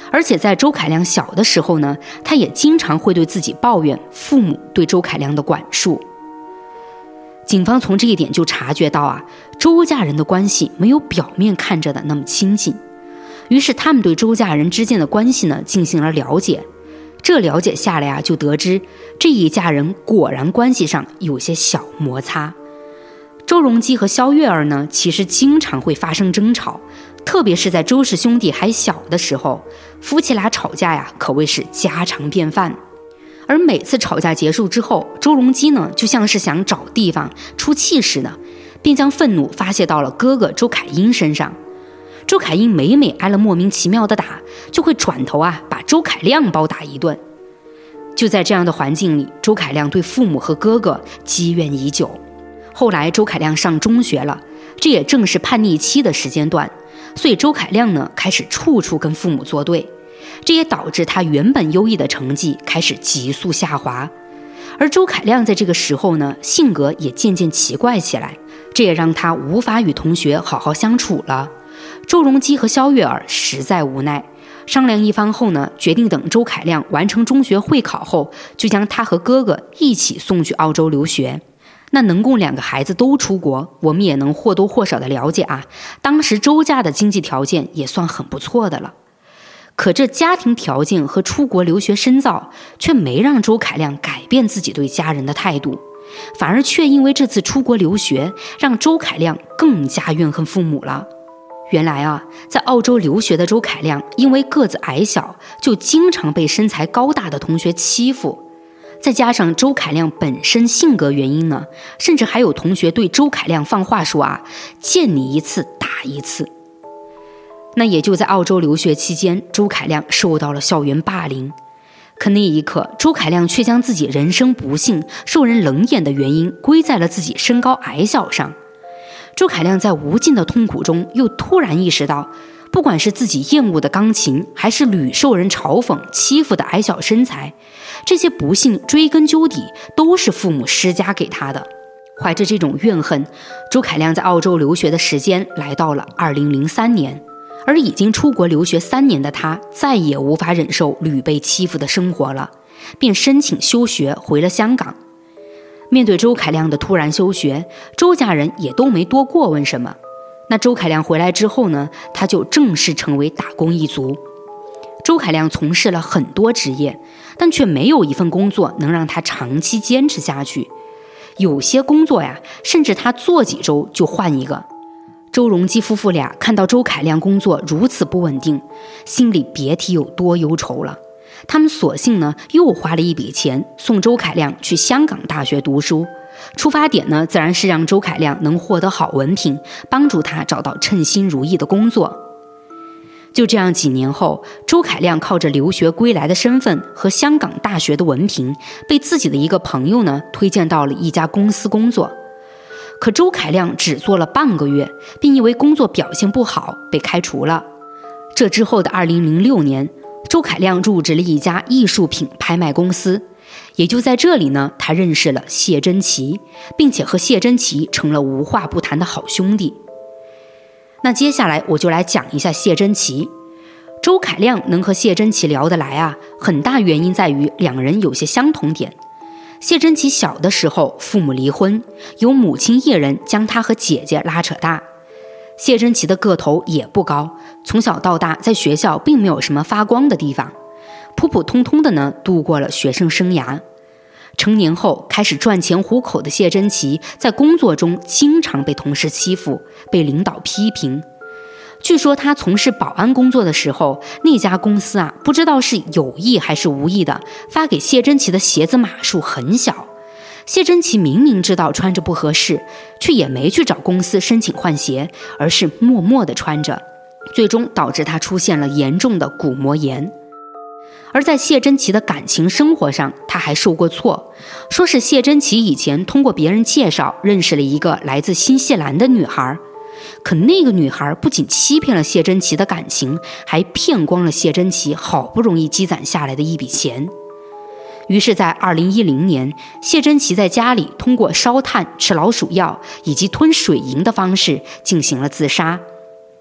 而且在周凯亮小的时候呢，他也经常会对自己抱怨父母对周凯亮的管束。警方从这一点就察觉到周家人的关系没有表面看着的那么亲近，于是他们对周家人之间的关系呢进行了了解。这了解下来就得知这一家人果然关系上有些小摩擦。周荣基和肖月儿呢，其实经常会发生争吵，特别是在周氏兄弟还小的时候，夫妻俩吵架可谓是家常便饭。而每次吵架结束之后，周荣基呢就像是想找地方出气似的，并将愤怒发泄到了哥哥周凯英身上。周凯英每每挨了莫名其妙的打，就会转头把周凯亮暴打一顿。就在这样的环境里，周凯亮对父母和哥哥积怨已久。后来周凯亮上中学了，这也正是叛逆期的时间段，所以周凯亮呢开始处处跟父母作对，这也导致他原本优异的成绩开始急速下滑。而周凯亮在这个时候呢，性格也渐渐奇怪起来，这也让他无法与同学好好相处了。周荣基和肖月儿实在无奈，商量一番后呢，决定等周凯亮完成中学会考后，就将他和哥哥一起送去澳洲留学。那能供2个孩子都出国，我们也能或多或少的了解当时周家的经济条件也算很不错的了。可这家庭条件和出国留学深造却没让周凯亮改变自己对家人的态度，反而却因为这次出国留学让周凯亮更加怨恨父母了。原来在澳洲留学的周凯亮因为个子矮小，就经常被身材高大的同学欺负，再加上周凯亮本身性格原因呢，甚至还有同学对周凯亮放话说见你一次打一次。那也就在澳洲留学期间，周凯亮受到了校园霸凌。可那一刻，周凯亮却将自己人生不幸受人冷眼的原因归在了自己身高矮小上。周凯亮在无尽的痛苦中又突然意识到，不管是自己厌恶的钢琴，还是屡受人嘲讽欺负的矮小身材，这些不幸追根究底都是父母施加给他的。怀着这种怨恨，周凯亮在澳洲留学的时间来到了2003年，而已经出国留学3年的他再也无法忍受屡被欺负的生活了，便申请休学回了香港。面对周凯亮的突然休学，周家人也都没多过问什么。那周凯亮回来之后呢，他就正式成为打工一族。周凯亮从事了很多职业，但却没有一份工作能让他长期坚持下去。有些工作甚至他做几周就换一个。周荣基夫妇俩看到周凯亮工作如此不稳定，心里别提有多忧愁了。他们索性呢又花了一笔钱送周凯亮去香港大学读书，出发点呢自然是让周凯亮能获得好文凭，帮助他找到称心如意的工作。就这样几年后，周凯亮靠着留学归来的身份和香港大学的文凭，被自己的一个朋友呢推荐到了一家公司工作。可周凯亮只做了半个月，并因为工作表现不好被开除了。这之后的2006年，周凯亮入职了一家艺术品拍卖公司，也就在这里呢，他认识了谢珍琪，并且和谢珍琪成了无话不谈的好兄弟。那接下来我就来讲一下谢珍琪。周凯亮能和谢珍琪聊得来很大原因在于两人有些相同点。谢珍琪小的时候父母离婚，由母亲一人将她和姐姐拉扯大。谢珍琪的个头也不高，从小到大在学校并没有什么发光的地方，普普通通的呢度过了学生生涯。成年后开始赚钱糊口的谢珍琪，在工作中经常被同事欺负，被领导批评。据说他从事保安工作的时候，那家公司不知道是有意还是无意的，发给谢珍琪的鞋子码数很小。谢珍琪明明知道穿着不合适，却也没去找公司申请换鞋，而是默默地穿着，最终导致他出现了严重的骨膜炎。而在谢珍琪的感情生活上，他还受过挫，说是谢珍琪以前通过别人介绍认识了一个来自新西兰的女孩，可那个女孩不仅欺骗了谢珍琪的感情，还骗光了谢珍琪好不容易积攒下来的一笔钱。于是在2010年，谢珍琪在家里通过烧炭、吃老鼠药以及吞水银的方式进行了自杀。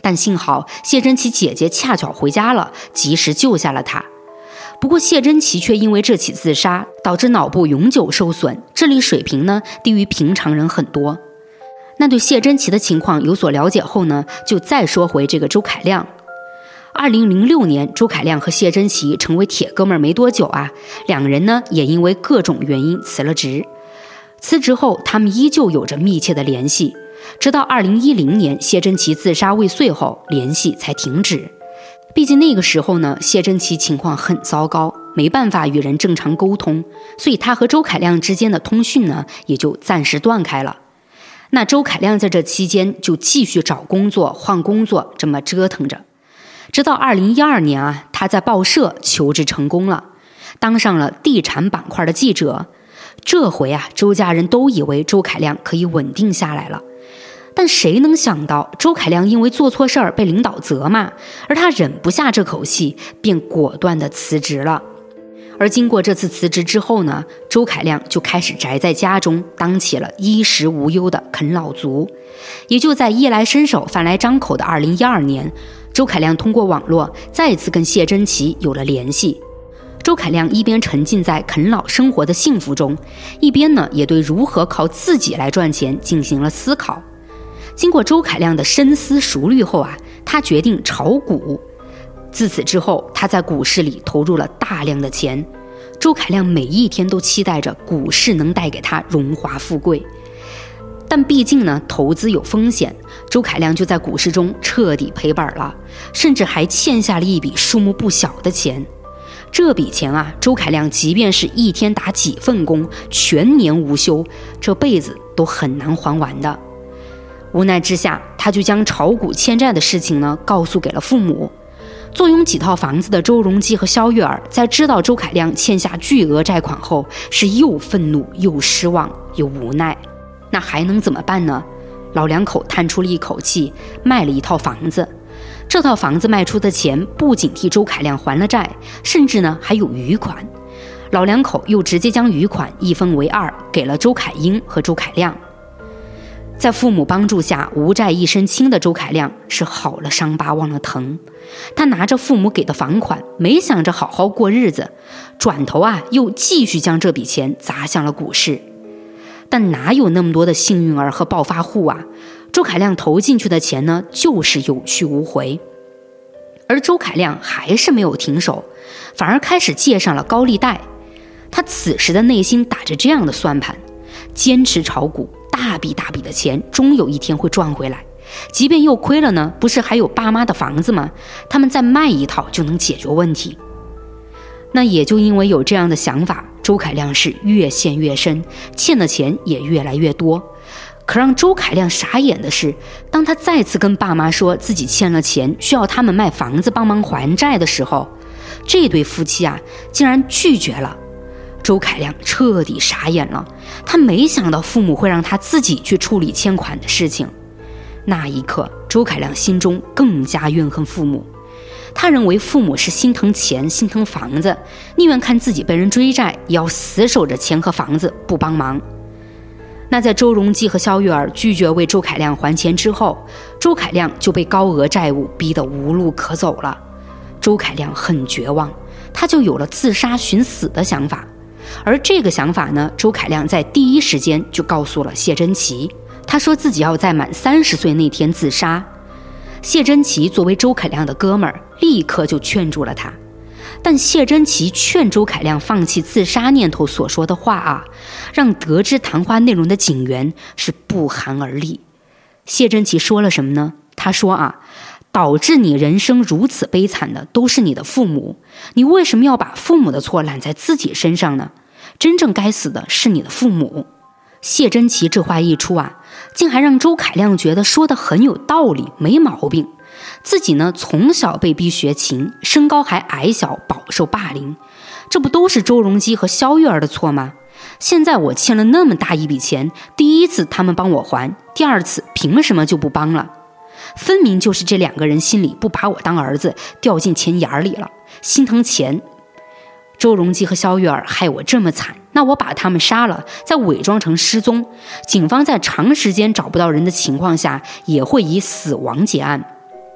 但幸好谢珍琪姐姐恰巧回家了，及时救下了她。不过谢珍琪却因为这起自杀导致脑部永久受损，智力水平呢低于平常人很多。那对谢珍琪的情况有所了解后呢，就再说回这个周凯亮。2006年，周凯亮和谢珍琪成为铁哥们没多久啊，两个人呢也因为各种原因辞了职。辞职后，他们依旧有着密切的联系，直到2010年谢珍琪自杀未遂后，联系才停止。毕竟那个时候呢，谢珍琪情况很糟糕，没办法与人正常沟通，所以他和周凯亮之间的通讯呢也就暂时断开了。那周凯亮在这期间就继续找工作、换工作，这么折腾着，直到2012年啊，他在报社求职成功了，当上了地产板块的记者。这回啊，周家人都以为周凯亮可以稳定下来了，但谁能想到周凯亮因为做错事儿被领导责骂，而他忍不下这口气，便果断地辞职了。而经过这次辞职之后呢，周凯亮就开始宅在家中，当起了衣食无忧的啃老族。也就在衣来伸手饭来张口的2012年，周凯亮通过网络再次跟谢珍琪有了联系。周凯亮一边沉浸在啃老生活的幸福中，一边呢也对如何靠自己来赚钱进行了思考。经过周凯亮的深思熟虑后啊，他决定炒股。自此之后，他在股市里投入了大量的钱。周凯亮每一天都期待着股市能带给他荣华富贵，但毕竟呢，投资有风险，周凯亮就在股市中彻底赔本了，甚至还欠下了一笔数目不小的钱。这笔钱啊，周凯亮即便是一天打几份工，全年无休，这辈子都很难还完的。无奈之下，他就将炒股欠债的事情呢告诉给了父母。坐拥几套房子的周荣基和肖月儿，在知道周凯亮欠下巨额债款后，是又愤怒又失望又无奈。那还能怎么办呢？老两口叹出了一口气，卖了一套房子。这套房子卖出的钱不仅替周凯亮还了债，甚至呢还有余款。老两口又直接将余款一分为二，给了周凯英和周凯亮。在父母帮助下，无债一身轻的周凯亮是好了伤疤忘了疼。他拿着父母给的房款，没想着好好过日子，转头啊又继续将这笔钱砸向了股市。但哪有那么多的幸运儿和暴发户啊？周凯亮投进去的钱呢，就是有去无回。而周凯亮还是没有停手，反而开始借上了高利贷。他此时的内心打着这样的算盘：坚持炒股，大笔大笔的钱终有一天会赚回来。即便又亏了呢，不是还有爸妈的房子吗？他们再卖一套就能解决问题。那也就因为有这样的想法，周凯亮是越陷越深，欠的钱也越来越多。可让周凯亮傻眼的是，当他再次跟爸妈说自己欠了钱，需要他们卖房子帮忙还债的时候，这对夫妻啊竟然拒绝了。周凯亮彻底傻眼了，他没想到父母会让他自己去处理欠款的事情。那一刻，周凯亮心中更加怨恨父母。他认为父母是心疼钱心疼房子，宁愿看自己被人追债，也要死守着钱和房子不帮忙。那在周荣基和肖月儿拒绝为周凯亮还钱之后，周凯亮就被高额债务逼得无路可走了。周凯亮很绝望，他就有了自杀寻死的想法。而这个想法呢，周凯亮在第一时间就告诉了谢珍琪，他说自己要在满30岁那天自杀。谢珍琪作为周凯亮的哥们儿，立刻就劝住了他。但谢珍琪劝周凯亮放弃自杀念头所说的话啊，让得知谈话内容的警员是不寒而栗。谢珍琪说了什么呢？他说啊，导致你人生如此悲惨的都是你的父母，你为什么要把父母的错揽在自己身上呢？真正该死的是你的父母。谢珍琪这话一出啊，竟还让周凯亮觉得说得很有道理，没毛病。自己呢，从小被逼学琴，身高还矮小，饱受霸凌，这不都是周荣基和肖月儿的错吗？现在我欠了那么大一笔钱，第一次他们帮我还，第二次凭什么就不帮了？分明就是这两个人心里不把我当儿子，掉进钱眼里了，心疼钱。周荣基和肖月儿害我这么惨，那我把他们杀了，再伪装成失踪，警方在长时间找不到人的情况下，也会以死亡结案。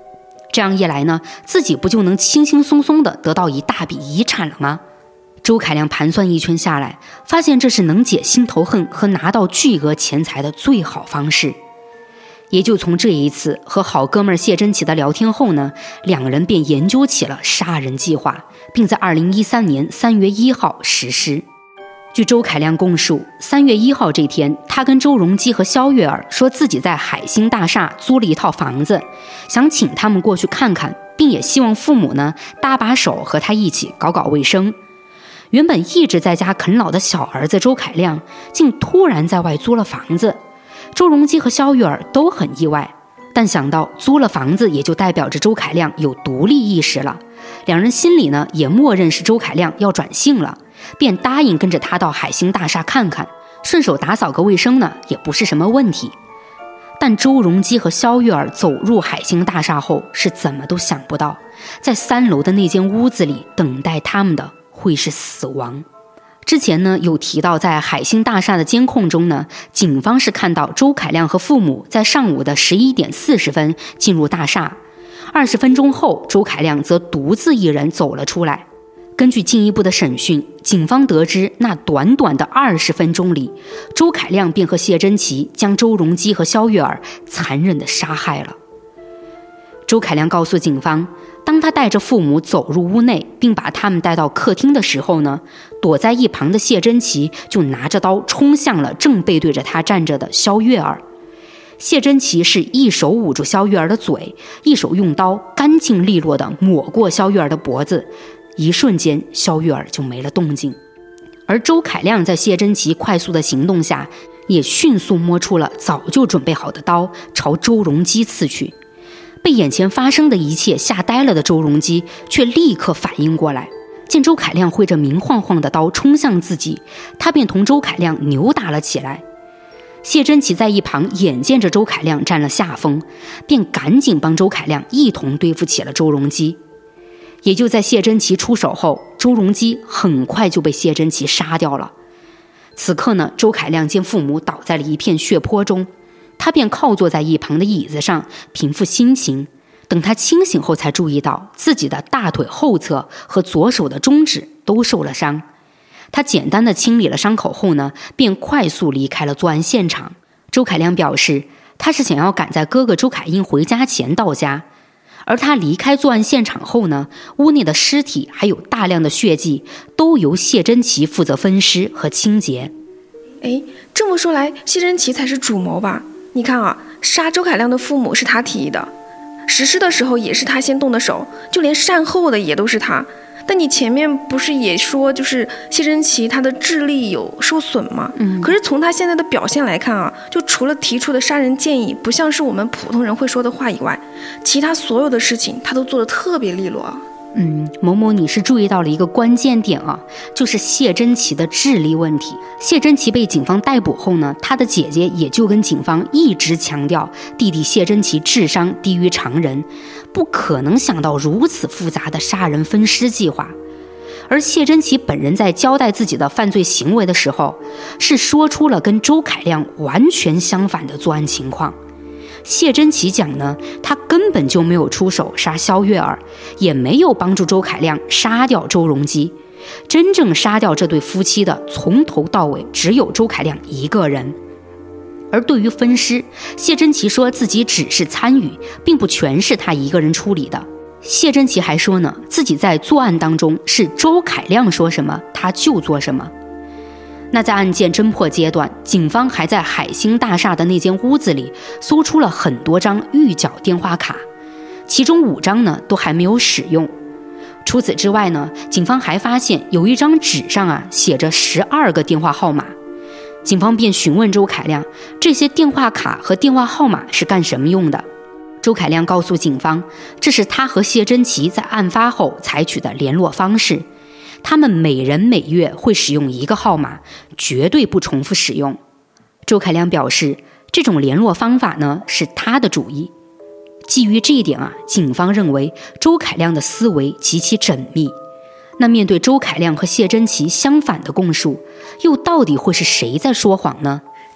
这样一来呢，自己不就能轻轻松松地得到一大笔遗产了吗？周凯亮盘算一圈下来，发现这是能解心头恨和拿到巨额钱财的最好方式。也就从这一次和好哥们谢珍奇的聊天后呢，两人便研究起了杀人计划，并在2013年3月1号实施。据周凯亮供述，3月1号这天，他跟周荣基和肖月儿说自己在海星大厦租了一套房子，想请他们过去看看，并也希望父母呢搭把手和他一起搞搞卫生。原本一直在家啃老的小儿子周凯亮，竟突然在外租了房子。周荣基和肖月儿都很意外，但想到租了房子也就代表着周凯亮有独立意识了，两人心里呢也默认是周凯亮要转性了，便答应跟着他到海星大厦看看，顺手打扫个卫生呢也不是什么问题。但周荣基和肖月儿走入海星大厦后，是怎么都想不到，在3楼的那间屋子里等待他们的会是死亡。之前呢有提到，在海星大厦的监控中呢，警方是看到周凯亮和父母在上午的11点40分进入大厦，20分钟后周凯亮则独自一人走了出来。根据进一步的审讯，警方得知那短短的20分钟里，周凯亮便和谢珍奇将周荣基和肖月儿残忍地杀害了。周凯亮告诉警方，当他带着父母走入屋内，并把他们带到客厅的时候呢，躲在一旁的谢珍奇就拿着刀冲向了正背对着他站着的肖月儿。谢珍奇是一手捂住肖月儿的嘴，一手用刀干净利落地抹过肖月儿的脖子，一瞬间肖月儿就没了动静。而周凯亮在谢珍奇快速的行动下，也迅速摸出了早就准备好的刀，朝周荣基刺去。被眼前发生的一切吓呆了的周荣基却立刻反应过来，见周凯亮挥着明晃晃的刀冲向自己，他便同周凯亮扭打了起来。谢珍奇在一旁眼见着周凯亮占了下风，便赶紧帮周凯亮一同对付起了周荣基。也就在谢珍奇出手后，周荣基很快就被谢珍奇杀掉了。此刻呢，周凯亮见父母倒在了一片血泊中，他便靠坐在一旁的椅子上平复心情。等他清醒后才注意到自己的大腿后侧和左手的中指都受了伤。他简单的清理了伤口后呢，便快速离开了作案现场。周凯亮表示，他是想要赶在哥哥周凯英回家前到家。而他离开作案现场后呢，屋内的尸体还有大量的血迹都由谢珍奇负责分尸和清洁。 这么说来，谢珍奇才是主谋吧？你看啊，杀周凯亮的父母是他提议的，实施的时候也是他先动的手，就连善后的也都是他。但你前面不是也说，就是谢珍奇他的智力有受损吗？可是从他现在的表现来看啊，就除了提出的杀人建议不像是我们普通人会说的话以外，其他所有的事情他都做得特别利落啊。 某某你是注意到了一个关键点啊，就是谢珍奇的智力问题。谢珍奇被警方逮捕后呢，他的姐姐也就跟警方一直强调，弟弟谢珍奇智商低于常人，不可能想到如此复杂的杀人分尸计划。而谢珍奇本人在交代自己的犯罪行为的时候，是说出了跟周凯亮完全相反的作案情况。谢珍奇讲呢，他根本就没有出手杀肖月儿，也没有帮助周凯亮杀掉周荣基，真正杀掉这对夫妻的从头到尾只有周凯亮一个人。而对于分尸，谢珍奇说自己只是参与，并不全是他一个人处理的。谢珍奇还说呢，自己在作案当中是周凯亮说什么他就做什么。那在案件侦破阶段，警方还在海星大厦的那间屋子里搜出了很多张预缴电话卡，其中5张呢都还没有使用。除此之外呢，警方还发现有一张纸上写着12个电话号码。警方便询问周凯亮，这些电话卡和电话号码是干什么用的。周凯亮告诉警方，这是他和谢珍奇在案发后采取的联络方式，他们每人每月会使用1个号码，绝对不重复使用。周凯亮表示，这种联络方法呢是他的主意。基于这一点警方认为周凯亮的思维极其缜密。那面对周凯亮和谢珍奇相反的供述，又到底会是谁在说谎呢？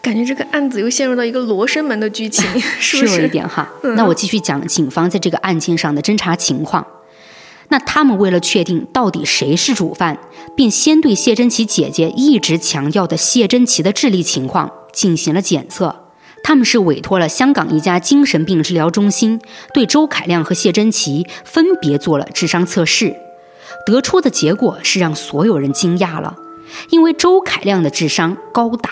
感觉这个案子又陷入到一个罗生门的剧情，是不是？ 是有一点哈。那我继续讲警方在这个案件上的侦查情况。那他们为了确定到底谁是主犯，便先对谢珍琪姐姐一直强调的谢珍琪的智力情况进行了检测。他们是委托了香港一家精神病治疗中心，对周凯亮和谢珍琪分别做了智商测试，得出的结果是让所有人惊讶了。因为周凯亮的智商高达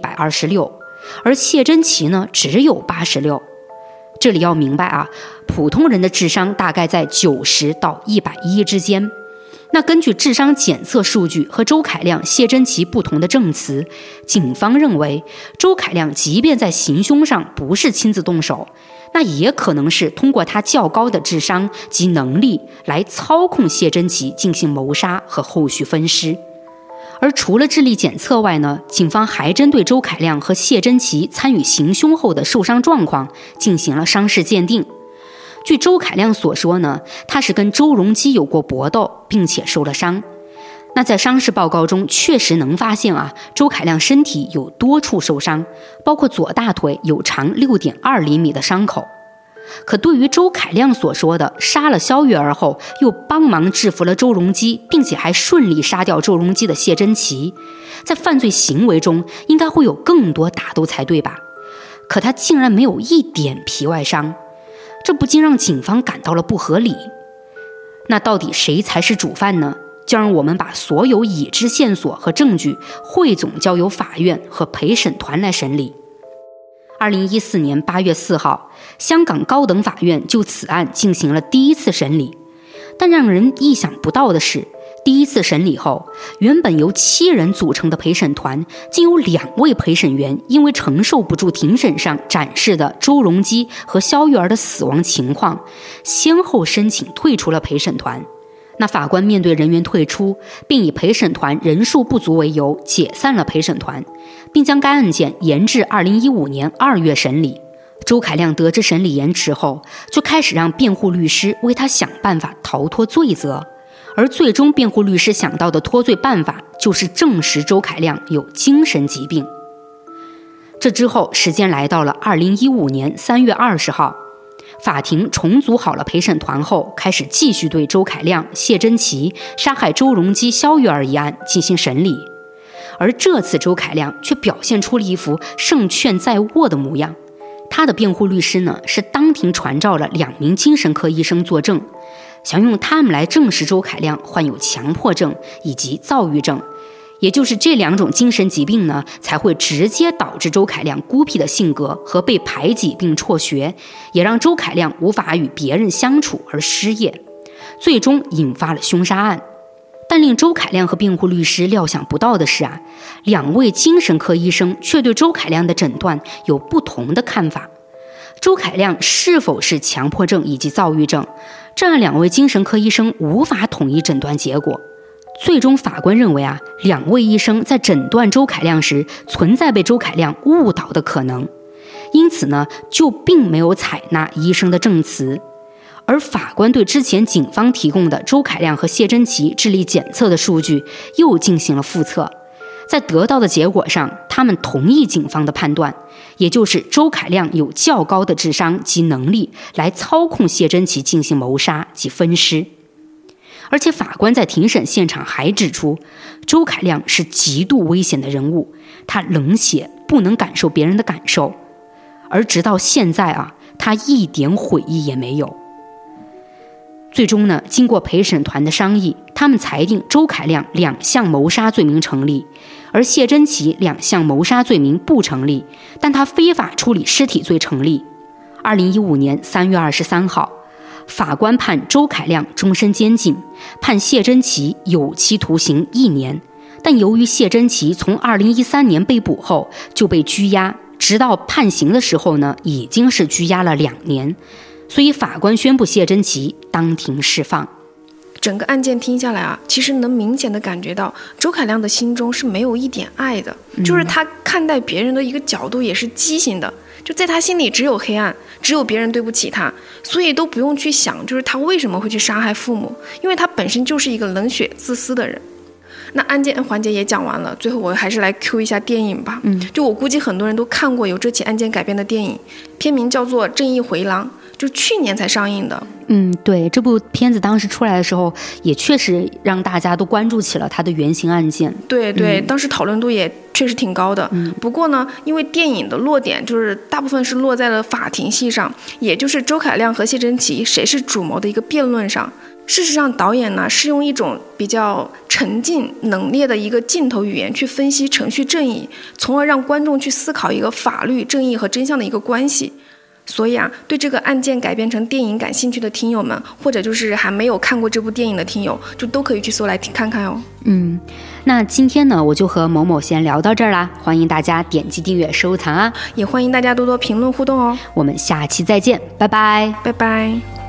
126，而谢珍琪呢只有86。这里要明白啊，普通人的智商大概在90到110之间。那根据智商检测数据和周凯亮、谢珍琪不同的证词，警方认为周凯亮即便在行凶上不是亲自动手，那也可能是通过他较高的智商及能力来操控谢珍琪进行谋杀和后续分尸。而除了智力检测外呢，警方还针对周凯亮和谢珍琪参与行凶后的受伤状况进行了伤势鉴定。据周凯亮所说呢，他是跟周荣基有过搏斗，并且受了伤。那在伤势报告中确实能发现啊，周凯亮身体有多处受伤，包括左大腿有长6.2厘米的伤口。可对于周凯亮所说的杀了肖月儿后又帮忙制服了周荣基，并且还顺利杀掉周荣基的谢珍琪，在犯罪行为中应该会有更多打斗才对吧？可他竟然没有一点皮外伤，这不禁让警方感到了不合理。那到底谁才是主犯呢？就让我们把所有已知线索和证据汇总交由法院和陪审团来审理。2014年8月4号，香港高等法院就此案进行了第一次审理。但让人意想不到的是，第一次审理后，原本由7人组成的陪审团，竟有2位陪审员因为承受不住庭审上展示的周荣基和肖玉儿的死亡情况，先后申请退出了陪审团。那法官面对人员退出，并以陪审团人数不足为由解散了陪审团，并将该案件延至2015年2月审理。周凯亮得知审理延迟后，就开始让辩护律师为他想办法逃脱罪责，而最终辩护律师想到的脱罪办法就是证实周凯亮有精神疾病。这之后，时间来到了2015年3月20号，法庭重组好了陪审团后，开始继续对周凯亮、谢珍琪杀害周荣基、肖玉儿一案进行审理。而这次周凯亮却表现出了一副胜券在握的模样。他的辩护律师呢，是当庭传召了2名精神科医生作证，想用他们来证实周凯亮患有强迫症以及躁郁症，也就是这2种精神疾病呢，才会直接导致周凯亮孤僻的性格和被排挤并辍学，也让周凯亮无法与别人相处而失业，最终引发了凶杀案。但令周凯亮和辩护律师料想不到的是啊，2位精神科医生却对周凯亮的诊断有不同的看法。周凯亮是否是强迫症以及躁郁症，这让2位精神科医生无法统一诊断结果。最终法官认为啊，2位医生在诊断周凯亮时存在被周凯亮误导的可能，因此呢，就并没有采纳医生的证词。而法官对之前警方提供的周凯亮和谢珍琪智力检测的数据又进行了复测，在得到的结果上，他们同意警方的判断，也就是周凯亮有较高的智商及能力来操控谢珍琪进行谋杀及分尸。而且法官在庭审现场还指出，周凯亮是极度危险的人物，他冷血，不能感受别人的感受，而直到现在啊，他一点悔意也没有。最终呢，经过陪审团的商议，他们裁定周凯亮2项谋杀罪名成立，而谢珍琪2项谋杀罪名不成立，但他非法处理尸体罪成立。2015年3月23号，法官判周凯亮终身监禁，判谢珍琪有期徒刑1年。但由于谢珍琪从2013年被捕后就被拘押，直到判刑的时候呢，已经是拘押了2年。所以法官宣布谢珍琪当庭释放。 整个案件听下来啊，其实能明显的感觉到周凯亮的心中是没有一点爱的，就是他看待别人的一个角度也是畸形的，就在他心里只有黑暗，只有别人对不起他，所以都不用去想就是他为什么会去杀害父母，因为他本身就是一个冷血自私的人。 那案件环节也讲完了，最后我还是来 Q 一下电影吧。就我估计很多人都看过由这起案件改编的电影，片名叫做《正义回廊》，就去年才上映的。 对，这部片子当时出来的时候，也确实让大家都关注起了它的原型案件。 对，当时讨论度也确实挺高的。不过呢，因为电影的落点就是大部分是落在了法庭戏上，也就是周凯亮和谢晨奇谁是主谋的一个辩论上。事实上，导演呢是用一种比较沉静冷冽的一个镜头语言去分析程序正义，从而让观众去思考一个法律正义和真相的一个关系。所以啊，对这个案件改编成电影感兴趣的听友们，或者就是还没有看过这部电影的听友，就都可以去搜来看看哟。 那今天呢，我就和某某先聊到这儿啦，欢迎大家点击订阅收藏啊， 也欢迎大家多多评论互动哦。 我们下期再见，拜拜， 拜拜。